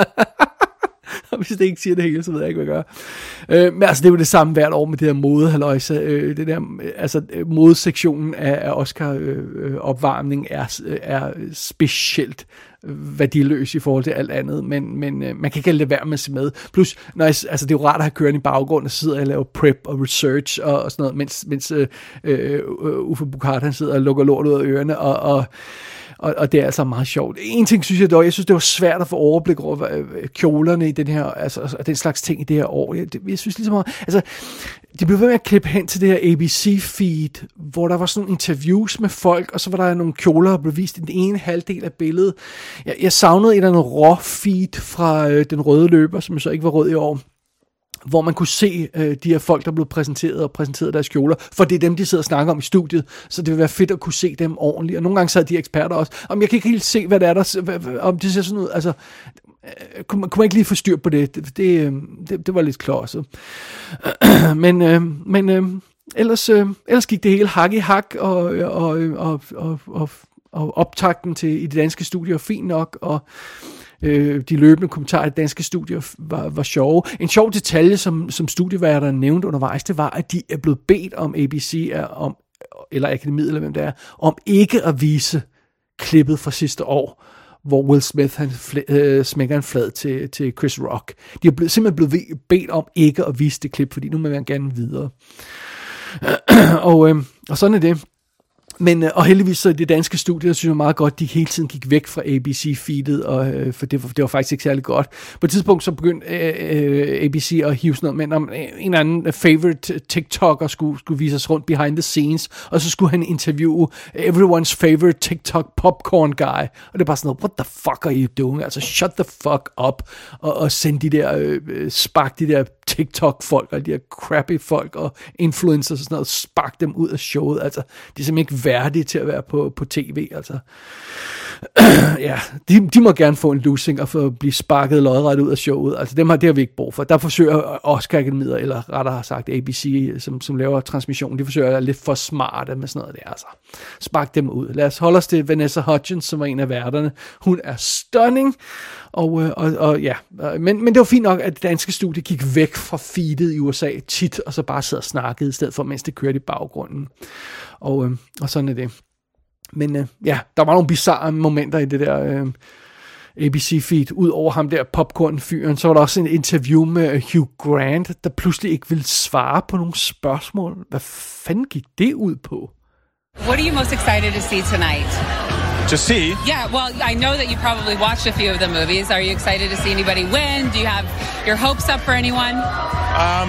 Og hvis det ikke siger det hele, så ved jeg ikke, hvad jeg gør. Øh, men altså, det er jo det samme hvert år med det der modehalløjse. Øh, det der, altså, modesektionen af, af Oscar-opvarmning øh, er, er specielt værdiløs i forhold til alt andet, men, men øh, man kan ikke lade være med at se med. Plus, når jeg, altså, det er jo rart at have kørende i baggrunden, og sidder og laver prep og research og, og sådan noget, mens, mens øh, øh, Uffe Buchard, han sidder og lukker lort ud af ørerne, og, og Og, og det er altså meget sjovt. En ting synes jeg dog, jeg synes det var svært at få overblik over øh, kjolerne i den her, altså, altså den slags ting i det her år. Jeg, det, jeg synes ligesom, altså, de blev ved med at klippe hen til det her A B C-feed, hvor der var sådan nogle interviews med folk, og så var der nogle kjoler, der blev vist i den ene halvdel af billedet. Jeg, jeg savnede et eller andet raw-feed fra øh, den røde løber, som så ikke var rød i år, hvor man kunne se øh, de her folk, der blev præsenteret og præsenteret deres kjoler, for det er dem, de sidder og snakker om i studiet, så det vil være fedt at kunne se dem ordentligt. Og nogle gange sad de eksperter også, om jeg kan ikke helt se, hvad det er, der, om det ser sådan ud, altså, øh, kunne, man, kunne man ikke lige få styr på det? Det, det, det, det var lidt klodset. men øh, men øh, ellers, øh, ellers gik det hele hak i hak, og, og, og, og, og, og optakten til i det danske studie var fint nok, og Øh, de løbende kommentarer i danske studier var, var sjove. En sjov detalje, som, som studieværter nævnte undervejs, det var, at de er blevet bedt om A B C, om, eller Akademiet, eller hvem det er, om ikke at vise klippet fra sidste år, hvor Will Smith han fl- øh, smækker en flad til, til Chris Rock. De er blevet, simpelthen blevet bedt om ikke at vise det klip, fordi nu vil man gerne videre. og, øh, og sådan er det. Men, og heldigvis så i det danske studie, der synes jeg meget godt, de hele tiden gik væk fra A B C-feedet, og, øh, for det var, det var faktisk ikke særlig godt. På et tidspunkt så begyndte øh, A B C at hive sådan noget, men om en eller anden favorite TikToker skulle, skulle vise os rundt behind the scenes, og så skulle han interviewe everyone's favorite TikTok popcorn guy, og det er bare sådan noget, what the fuck are you doing? Altså shut the fuck up, og, og send de der, øh, spark de der TikTok-folk, og de der crappy folk, og influencers og sådan noget, spark dem ud af showet, altså de er simpelthen ikke værdige til at være på, på tv, altså. ja, de, de må gerne få en losing og få blive sparket lodret ud af showet, altså dem har, det har vi ikke brug for. Der forsøger Oscar Akademiet, eller rettere sagt A B C, som, som laver transmission, de forsøger at være lidt for smarte med sådan noget der, altså. Spark dem ud. Lad os holde os til Vanessa Hudgens, som var en af værterne. Hun er stunning, og, og, og ja, men, men det var fint nok, at det danske studie gik væk fra feedet i U S A tit, og så bare sad og snakkede i stedet for, mens det kørte i baggrunden. Og, øh, og sådan er det. Men øh, ja, der var nogle bizarre momenter i det der øh, A B C-feed. Ud over ham der popcorn-fyren, så var der også en interview med Hugh Grant, der pludselig ikke ville svare på nogle spørgsmål. Hvad fanden gik det ud på? What are you most excited to see tonight? To see? Yeah, well, I know that you probably watched a few of the movies. Are you excited to see anybody win? Do you have your hopes up for anyone? Um,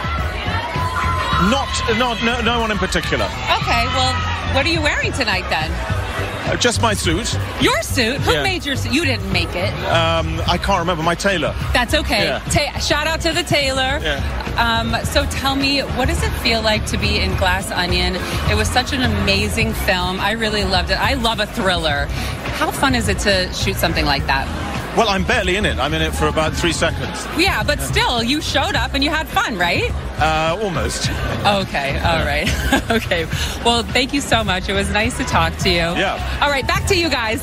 not, not, no, no one in particular. Okay, well, what are you wearing tonight then? Uh, just my suit. Your suit? Who Yeah. made your suit? You didn't make it. Um, I can't remember, my tailor. That's okay. Yeah. Ta- shout out to the tailor. Yeah. Um, so tell me, what does it feel like to be in Glass Onion? It was such an amazing film. I really loved it. I love a thriller. How fun is it to shoot something like that? Well, I'm barely in it. I'm in it for about three seconds. Yeah, but still, you showed up and you had fun, right? Uh, almost. Okay, all right. Okay. Well, thank you so much. It was nice to talk to you. Yeah. All right, back to you guys.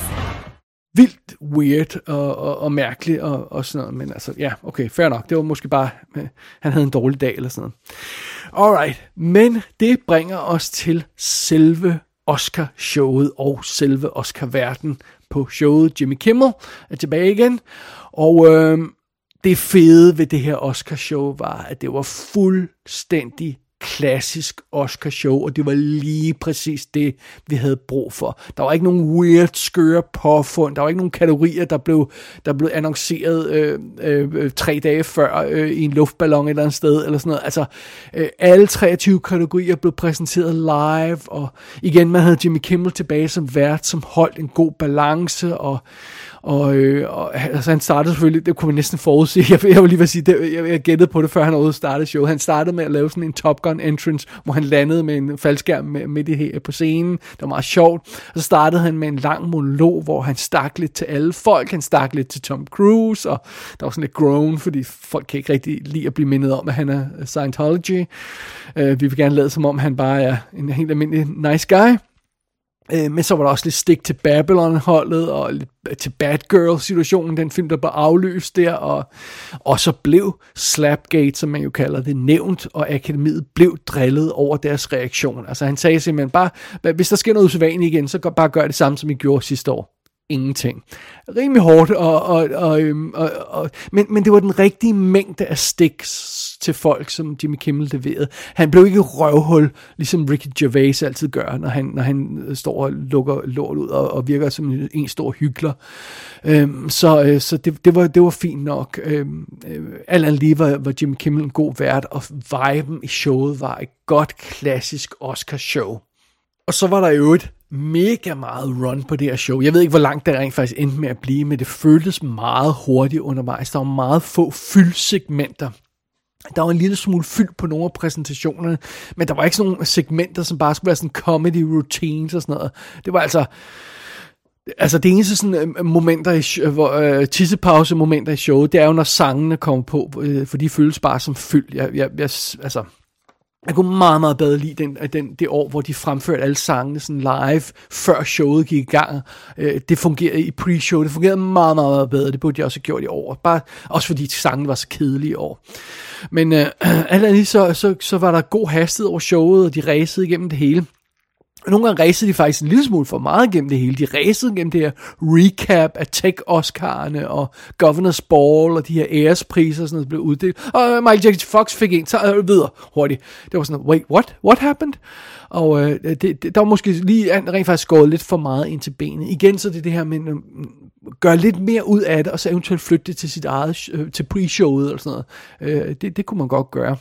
Vildt weird og, og, og mærkeligt og, og sådan noget, men altså, ja, okay, fair nok. Det var måske bare, øh, han havde en dårlig dag eller sådan noget. Alright, men det bringer os til selve Oscar-showet og selve Oscar-verden på showet. Jimmy Kimmel er tilbage igen, og øh, det fede ved det her Oscar-show var, at det var fuldstændig klassisk Oscar-show, og det var lige præcis det, vi havde brug for. Der var ikke nogen weird, skøre påfund, der var ikke nogen kategorier, der blev, der blev annonceret øh, øh, tre dage før øh, i en luftballon et eller andet sted, eller sådan noget. Altså, øh, alle treogtyve kategorier blev præsenteret live, og igen, man havde Jimmy Kimmel tilbage som vært, som holdt en god balance, og Og, øh, og altså, han startede selvfølgelig, det kunne man næsten forudse, jeg, jeg vil lige vil sige, det, jeg, jeg gættede på det, før han overhovedet startede show. Han startede med at lave sådan en Top Gun entrance, hvor han landede med en faldskærm med, midt i her på scenen. Det var meget sjovt. Og så startede han med en lang monolog, hvor han stak lidt til alle folk. Han stak lidt til Tom Cruise, og der var sådan lidt groan, fordi folk kan ikke rigtig lide at blive mindet om, at han er Scientology. Uh, vi vil gerne lade som om, han bare er en helt almindelig nice guy. Men så var der også lidt stik til Babylon-holdet og lidt til Batgirl-situationen, den film, der blev afløst der, og, og så blev Slapgate, som man jo kalder det, nævnt, og akademiet blev drillet over deres reaktion. Altså han sagde simpelthen bare, hvis der sker noget usædvanligt igen, så bare gør det samme, som I gjorde sidste år. ingenting. Rimelig hårdt, og, og, og, og, og, men, men det var den rigtige mængde af sticks til folk, som Jimmy Kimmel leverede. Han blev ikke røvhul, ligesom Ricky Gervais altid gør, når han, når han står og lukker lort ud og, og virker som en, en stor hyggelig. Øhm, så øh, så det, det, var, det var fint nok. Øhm, øh, alt andet lige var, var Jimmy Kimmel en god vært, og viben i showet var et godt, klassisk Oscar-show. Og så var der jo et mega meget run på det her show. Jeg ved ikke, hvor langt det rent faktisk endte med at blive, men det føltes meget hurtigt undervejs. Der var meget få fyldsegmenter. Der var en lille smule fyld på nogle af præsentationerne, men der var ikke sådan nogle segmenter, som bare skulle være sådan comedy routines og sådan noget. Det var altså... Altså det eneste sådan uh, momenter i hvor uh, tissepause momenter i showet, det er jo når sangene kommer på, uh, for de føles bare som fyld. Jeg, jeg, jeg, altså Jeg kunne meget, meget bedre lide den, den, det år, hvor de fremførte alle sangene sådan live, før showet gik i gang. Øh, det fungerede i pre-show, det fungerede meget, meget, meget bedre. Det burde de også have gjort i år. Bare, også fordi sangene var så kedelige i år. Men øh, alt andet så, så, så var der god hastighed over showet, og de racede igennem det hele. Nogle gange racede de faktisk en lille smule for meget gennem det hele. De racede gennem det her recap af Tech-Oscar'erne og Governor's Ball og de her ærespriser, sådan noget, blev uddelt. Og Michael Jackson Fox fik en, så øh, videre hurtigt. Det var sådan, wait, what? What happened? Og øh, det, det, der var måske lige rent faktisk skåret lidt for meget ind til benet. Igen så det det her med at gøre lidt mere ud af det, og så eventuelt flytte det til sit eget, øh, til pre-showet eller sådan noget. Øh, det, det kunne man godt gøre.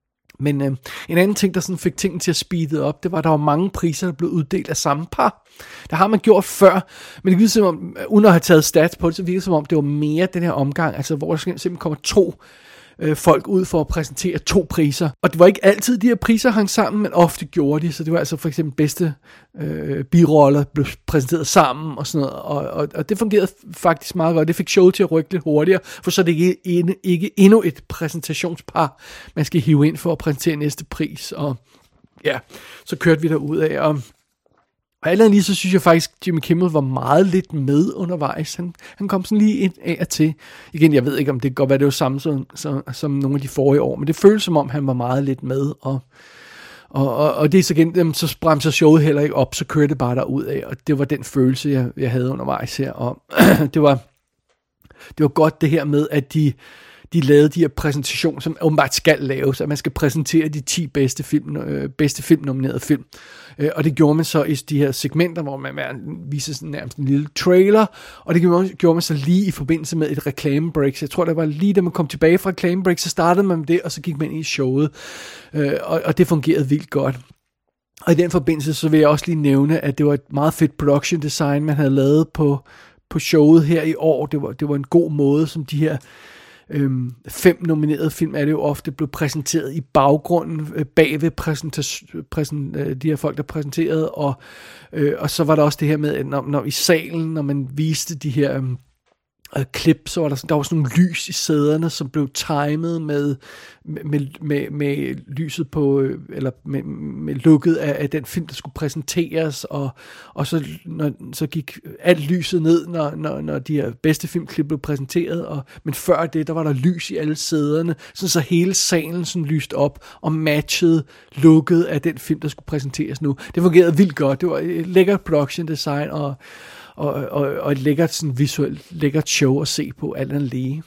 Men øh, en anden ting, der sådan fik tingene til at speede op, det var, at der var mange priser, der blev uddelt af samme par. Det har man gjort før, men det virker som om, uden at have taget stats på det, så virker det som om, det var mere den her omgang, altså hvor der simpelthen kommer to øh, folk ud for at præsentere to priser. Og det var ikke altid, de her priser hang sammen, men ofte gjorde de, så det var altså for eksempel bedste øh, biroller blev præsenteret sammen og sådan noget, og, og, og det fungerede faktisk meget godt. Det fik showet til at rykke lidt hurtigere, for så er det ikke, ikke, ikke endnu et præsentationspar, man skal hive ind for at præsentere næste pris, og ja, så kørte vi derud af, og Og alt andet lige, så synes jeg faktisk, at Jimmy Kimmel var meget lidt med undervejs. Han, han kom sådan lige ind af og til. Igen, jeg ved ikke, om det kan godt være, det var samme som, som, som nogle af de forrige år, men det føles som om, han var meget lidt med. Og, og, og, og det er så igen, jamen, så bremser showet heller ikke op, så kørte det bare derud af. Og det var den følelse, jeg, jeg havde undervejs her. Og det var, det var godt det her med, at de... de lavede de her præsentationer, som åbenbart skal laves, at man skal præsentere de ti bedste film, øh, bedste filmnominerede film. Øh, og det gjorde man så i de her segmenter, hvor man viser sådan nærmest en lille trailer, og det gjorde man, gjorde man så lige i forbindelse med et reklamebreak. Så jeg tror, det var lige da man kom tilbage fra reklamebreak, så startede man med det, og så gik man ind i showet. Øh, og, og det fungerede vildt godt. Og i den forbindelse, så vil jeg også lige nævne, at det var et meget fedt production design, man havde lavet på, på showet her i år. Det var, det var en god måde, som de her Øhm, fem nominerede film er det jo ofte blevet præsenteret i baggrunden øh, bag ved præsentation, præsent, øh, de her folk, der præsenterede, og, øh, og så var der også det her med, at når, når i salen, når man viste de her øh, øh, klip, så var der, der var sådan nogle lys i sæderne, som blev timet med, med, med, med lyset på, øh, eller med, med lukket af, af den film, der skulle præsenteres, og, og så, når, så gik alt lyset ned, når, når, når de her bedste filmklip blev præsenteret, og, men før det, der var der lys i alle sæderne, så, så hele salen sådan lyst op, og matchede lukket af den film, der skulle præsenteres nu. Det fungerede vildt godt, det var et lækkert production design, og Og, og, og et lækkert, sådan visuelt lækkert show at se på, alt andet lige.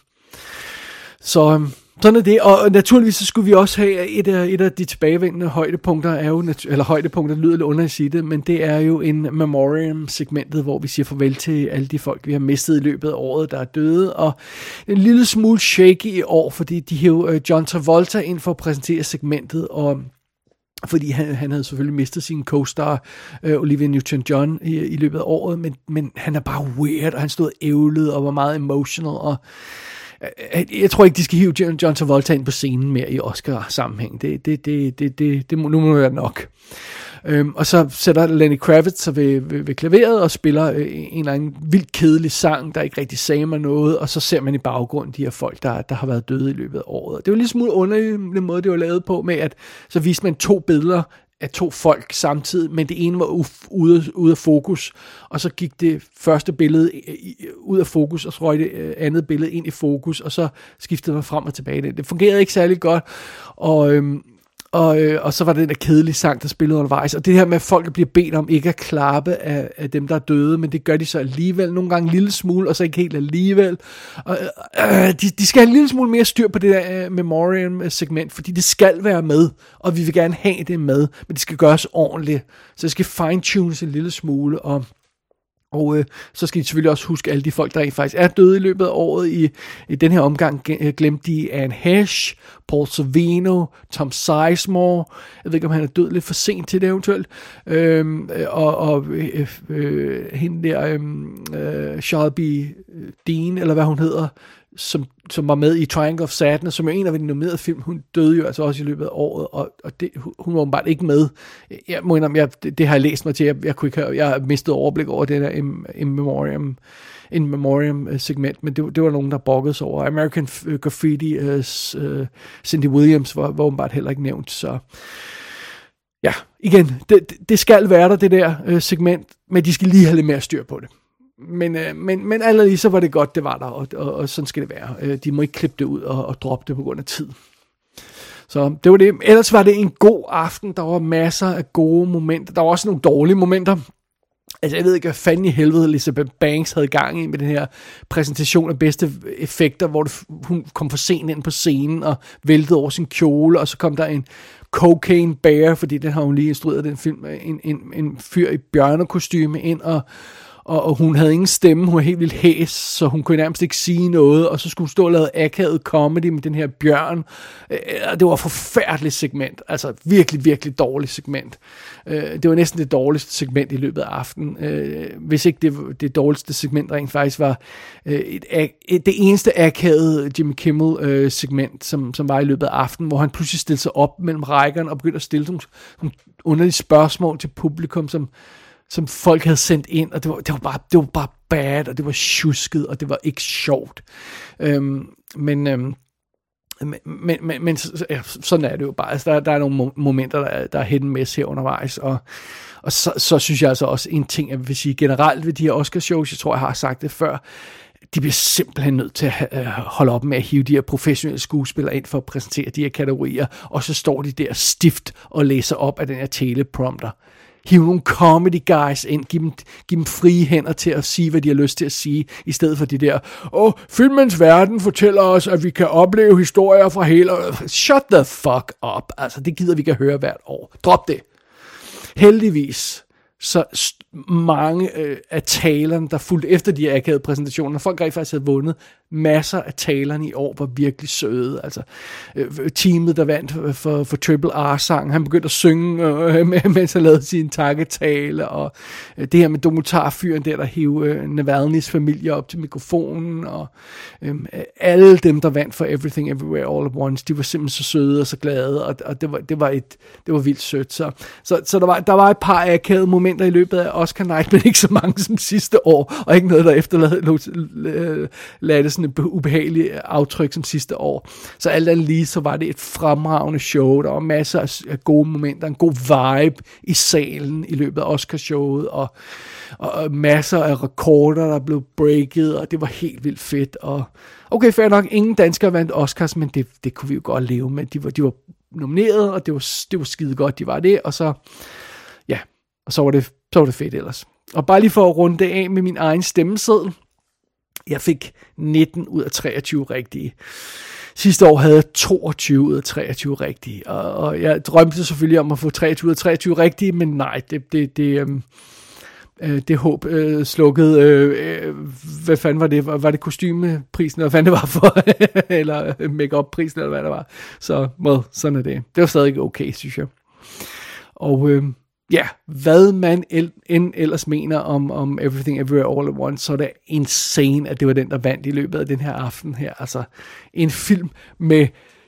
Så sådan er det, og naturligvis så skulle vi også have et af, et af de tilbagevendende højdepunkter, er jo, eller højdepunkter, lyder lidt underligt at sige det, men det er jo en memoriam-segmentet, hvor vi siger farvel til alle de folk, vi har mistet i løbet af året, der er døde, og en lille smule shaky i år, fordi de hævde John Travolta ind for at præsentere segmentet, og fordi han, han havde selvfølgelig mistet sin co-star uh, Olivia Newton-John i, i løbet af året, men, men han er bare weird, og han stod ævlet og var meget emotional, og uh, jeg tror ikke, de skal hive John, John Travolta ind på scenen mere i Oscar-sammenhæng. Det, det, det, det, det, det må, nu må det være nok. Um, og så sætter Lenny Kravitz sig ved, ved, ved klaveret og spiller uh, en eller anden vildt kedelig sang, der ikke rigtig sagde mig noget, og så ser man i baggrunden de her folk, der, der har været døde i løbet af året. Det var lige smule underlig måde, det var lavet på, med at så viste man to billeder af to folk samtidig, men det ene var uf, ude, ude af fokus, og så gik det første billede ud af fokus, og så røg det andet billede ind i fokus, og så skiftede man frem og tilbage. Det fungerede ikke særlig godt, og... Øhm, Og, øh, og så var det den der kedelige sang, der spillede undervejs. Og det her med, at folk bliver bedt om ikke at klappe af, af dem, der er døde, men det gør de så alligevel. Nogle gange en lille smule, og så ikke helt alligevel. Og, øh, de, de skal have en lille smule mere styr på det der uh, memoriam-segment, fordi det skal være med, og vi vil gerne have det med, men det skal gøres ordentligt. Så det skal fine-tunes en lille smule, og... Og øh, så skal I selvfølgelig også huske alle de folk, der rent faktisk er døde i løbet af året. I, i den her omgang glemte de Anne Hesh, Paul Sorvino, Tom Sizemore. Jeg ved ikke, om han er død lidt for sent til det eventuelt. Øhm, og og øh, øh, hende der, øh, Shelby Dean, eller hvad hun hedder, som, som var med i Triangle of Sadness, som er en af de nominerede film. Hun døde jo altså også i løbet af året, og, og det, hun var bare ikke med. Jeg må indrømme, jeg, det, det har jeg læst mig til. Jeg, jeg, kunne ikke, jeg har mistet overblik over det der in, in memoriam, in memoriam segment, men det, det var nogen, der bokkede sig over. American Graffiti, uh, uh, Cindy Williams var, var åbenbart heller ikke nævnt, så... Ja, igen, det, det skal være der, det der uh, segment, men de skal lige have lidt mere styr på det. Men, øh, men, men allerede så var det godt, det var der, og, og, og sådan skal det være. Øh, de må ikke klippe det ud og, og droppe det på grund af tid. Så det var det. Ellers var det en god aften. Der var masser af gode momenter. Der var også nogle dårlige momenter. Altså, jeg ved ikke, hvad fanden i helvede Elizabeth Banks havde gang i med den her præsentation af bedste effekter, hvor det, hun kom for sent ind på scenen og væltede over sin kjole, og så kom der en cocaine bear, fordi den har hun lige instrueret den film, en, en, en fyr i bjørnekostyme ind, og Og, og hun havde ingen stemme, hun var helt vildt hæs, så hun kunne nærmest ikke sige noget, og så skulle hun stå og lave akavet comedy med den her bjørn. Øh, det var et forfærdeligt segment, altså virkelig, virkelig dårligt segment. Øh, det var næsten det dårligste segment i løbet af aftenen, øh, hvis ikke det, det dårligste segment rent faktisk var øh, et, et, det eneste akavede Jimmy Kimmel øh, segment, som, som var i løbet af aftenen, hvor han pludselig stillede sig op mellem rækkerne og begyndte at stille nogle, nogle underlige spørgsmål til publikum, som som folk havde sendt ind, og det var, det var, bare, det var bare bad, og det var tjusket, og det var ikke sjovt. Øhm, men, øhm, men, men, men, men ja, sådan er det jo bare. Altså, der, der er nogle momenter, der, der er hidden miss her undervejs, og, og så, så synes jeg altså også en ting, jeg vil sige generelt ved de her Oscar-shows, jeg tror, jeg har sagt det før, de bliver simpelthen nødt til at holde op med at hive de her professionelle skuespillere ind for at præsentere de her kategorier, og så står de der stift og læser op af den her teleprompter. Hiv nogle comedy guys ind, giv dem, giv dem frie hænder til at sige, hvad de har lyst til at sige, i stedet for de der, åh, oh, filmens verden fortæller os, at vi kan opleve historier fra hele... Shut the fuck up. Altså, det gider vi ikke at høre hvert år. Drop det. Heldigvis, så mange øh, af talerne, der fulgte efter de her akavede præsentationer, folk rent faktisk havde vundet, masser af talerne i år var virkelig søde. Altså, øh, teamet, der vandt for, for Triple R-sangen, han begyndte at synge, øh, mens han lavede sin takketale, og øh, det her med dokumentarfyren der, der hævde øh, Navalny's familie op til mikrofonen, og øh, alle dem, der vandt for Everything Everywhere All at Once, de var simpelthen så søde og så glade, og, og det, var, det, var et, det var vildt sødt. Så, så, så der, var, der var et par akavede momenter i løbet af Oscar Night, men ikke så mange som sidste år, og ikke noget, der efterladte lade sådan et ubehageligt aftryk som sidste år. Så alt andet lige, så var det et fremragende show. Der var masser af gode momenter, en god vibe i salen i løbet af Oscarshowet, og, og masser af rekorder, der blev breaket, og det var helt vildt fedt. Og okay, fair nok, ingen danskere vandt Oscars, men det, det kunne vi jo godt leve med. De var, de var nomineret, og det var, det var skide godt, de var det, og så ja, og så var det, så var det fedt ellers. Og bare lige for at runde det af med min egen stemmeseddel. Jeg fik nitten ud af treogtyve rigtige. Sidste år havde jeg toogtyve ud af treogtyve rigtige. Og, og jeg drømte selvfølgelig om at få treogtyve ud af treogtyve rigtige, men nej, det, det, det, øhm, øh, det håb øh, slukkede. Øh, hvad fanden var det? Var, var det kostymeprisen, eller hvad fanden det var for? Eller make-up-prisen, eller hvad det var. Så well, sådan er det. Det var stadig okay, synes jeg. Og... Øh, Ja, hvad man end ellers mener om, om Everything Everywhere All at Once, så er det insane, at det var den, der vandt i løbet af den her aften her. Altså, en film med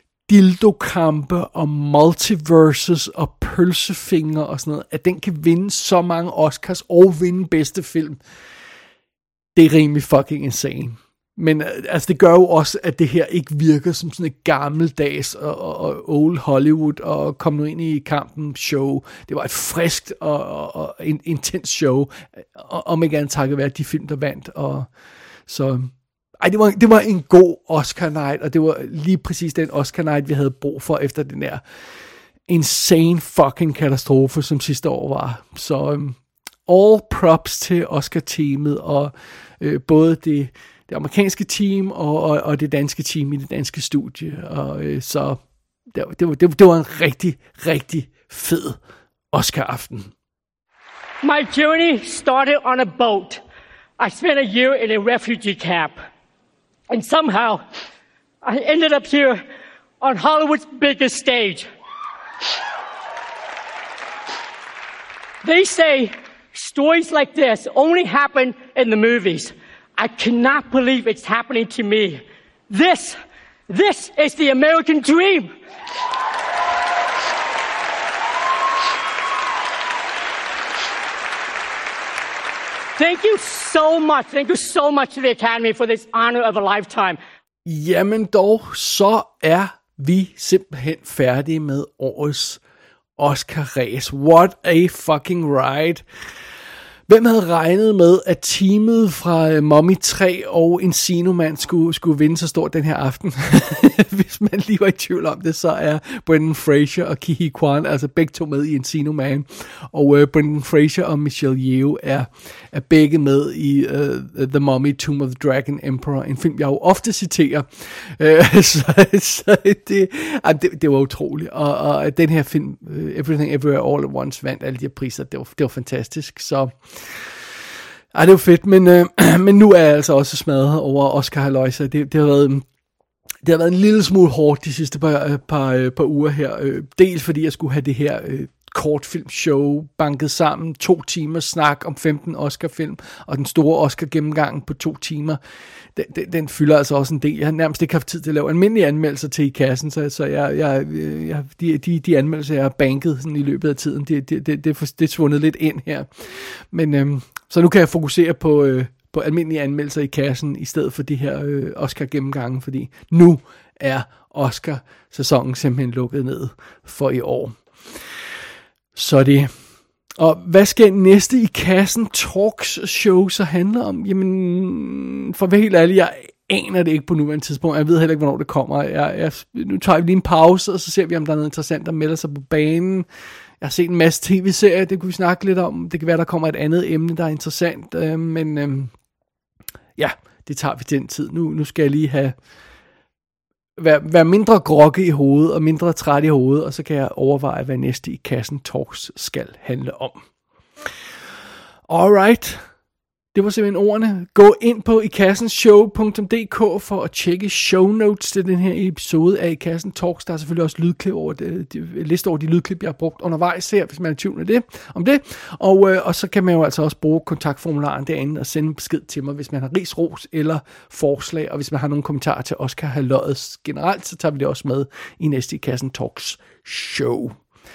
dildokampe og multiverses og pølsefinger og sådan noget, at den kan vinde så mange Oscars og vinde bedste film. Det er rimelig fucking insane. Men altså, det gør jo også, at det her ikke virker som sådan et gammeldags og, og, og old Hollywood og komme nu ind i kampen show. Det var et friskt og, og, og en intens show, og om ikke andet takket være de film, der vandt. Og så, ej, det var, det var en god Oscar night, og det var lige præcis den Oscar night, vi havde brug for efter den der insane fucking katastrofe, som sidste år var. Så øhm, all props til Oscar-teamet, og øh, både det, det amerikanske team, og, og, og det danske team i det danske studie. Og øh, så det, det, var, det, det var en rigtig, rigtig fed Oscar-aften. My journey started on a boat. I spent a year in a refugee camp. And somehow, I ended up here on Hollywood's biggest stage. They say stories like this only happen in the movies. I cannot believe it's happening to me. This, this is the American dream. Thank you so much. Thank you so much to the Academy for this honor of a lifetime. Jamen dog, så er vi simpelthen færdige med årets Oscar-ræs. What a fucking ride. Hvem havde regnet med, at teamet fra Mummy tre og Encino Man skulle, skulle vinde så stort den her aften? Hvis man lige var i tvivl om det, så er Brendan Fraser og Ke Huy Quan altså begge to med i Encino Man. Og uh, Brendan Fraser og Michelle Yeoh er, er begge med i uh, The Mummy, Tomb of the Dragon Emperor, en film, jeg jo ofte citerer. Uh, så så det, uh, det, det var utroligt. Og, og den her film, uh, Everything Everywhere All at Once, vandt alle de her priser. Det var, det var fantastisk. Så ej, det var fedt, men, øh, men nu er jeg altså også smadret over Oscar halløjsa. Det, det har været det har været en lille smule hårdt de sidste par, par, par uger her. Dels fordi jeg skulle have det her øh, kortfilmshow banket sammen, to timer snak om femten Oscar-film, og den store Oscar-gennemgang på to timer. Den, den, den fylder altså også en del. Jeg har nærmest ikke haft tid til at lave almindelige anmeldelser til i kassen, så, så jeg, jeg, jeg, de, de, de anmeldelser, jeg har banket sådan i løbet af tiden, det, det, det, det, det er svundet lidt ind her. Men øhm, så nu kan jeg fokusere på, øh, på almindelige anmeldelser i kassen, i stedet for de her øh, Oscar-gennemgange, fordi nu er Oscar-sæsonen simpelthen lukket ned for i år. Så det. Og hvad skal næste i kassen Talks show så handle om? Jamen, for at være helt ærlig, jeg aner det ikke på nuværende tidspunkt. Jeg ved heller ikke, hvornår det kommer. Jeg, jeg, nu tager vi lige en pause, og så ser vi, om der er noget interessant, der melder sig på banen. Jeg har set en masse tv-serier, det kunne vi snakke lidt om. Det kan være, der kommer et andet emne, der er interessant. Øh, men øh, ja, det tager vi til den tid. Nu, nu skal jeg lige have... Vær, vær mindre grogge i hovedet og mindre træt i hovedet, og så kan jeg overveje, hvad næste i kassen Talks skal handle om. Alright. Det var simpelthen ordene. Gå ind på ikassenshow punktum d k for at tjekke show notes til den her episode af I Kassen Talks. Der er selvfølgelig også lydklip over det, de, liste over de lydklip, jeg har brugt undervejs her, hvis man er i tvivl om det. Om det. Og, øh, og så kan man jo altså også bruge kontaktformularen derinde og sende besked til mig, hvis man har ris, ros eller forslag. Og hvis man har nogle kommentarer til Oscar halløjet generelt, så tager vi det også med i næste I Kassen Talks show.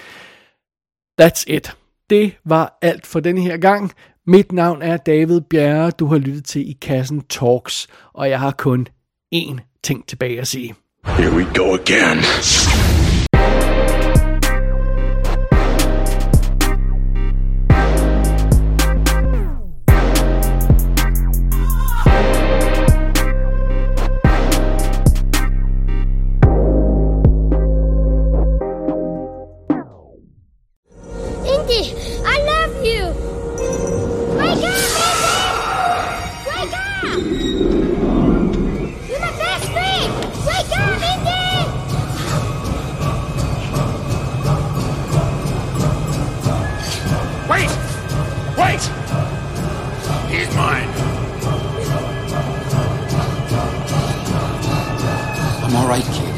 That's it. Det var alt for denne her gang. Mit navn er David Bjerre, du har lyttet til I Kassen Talks, og jeg har kun én ting tilbage at sige. Here we go again. I'm all right, kid.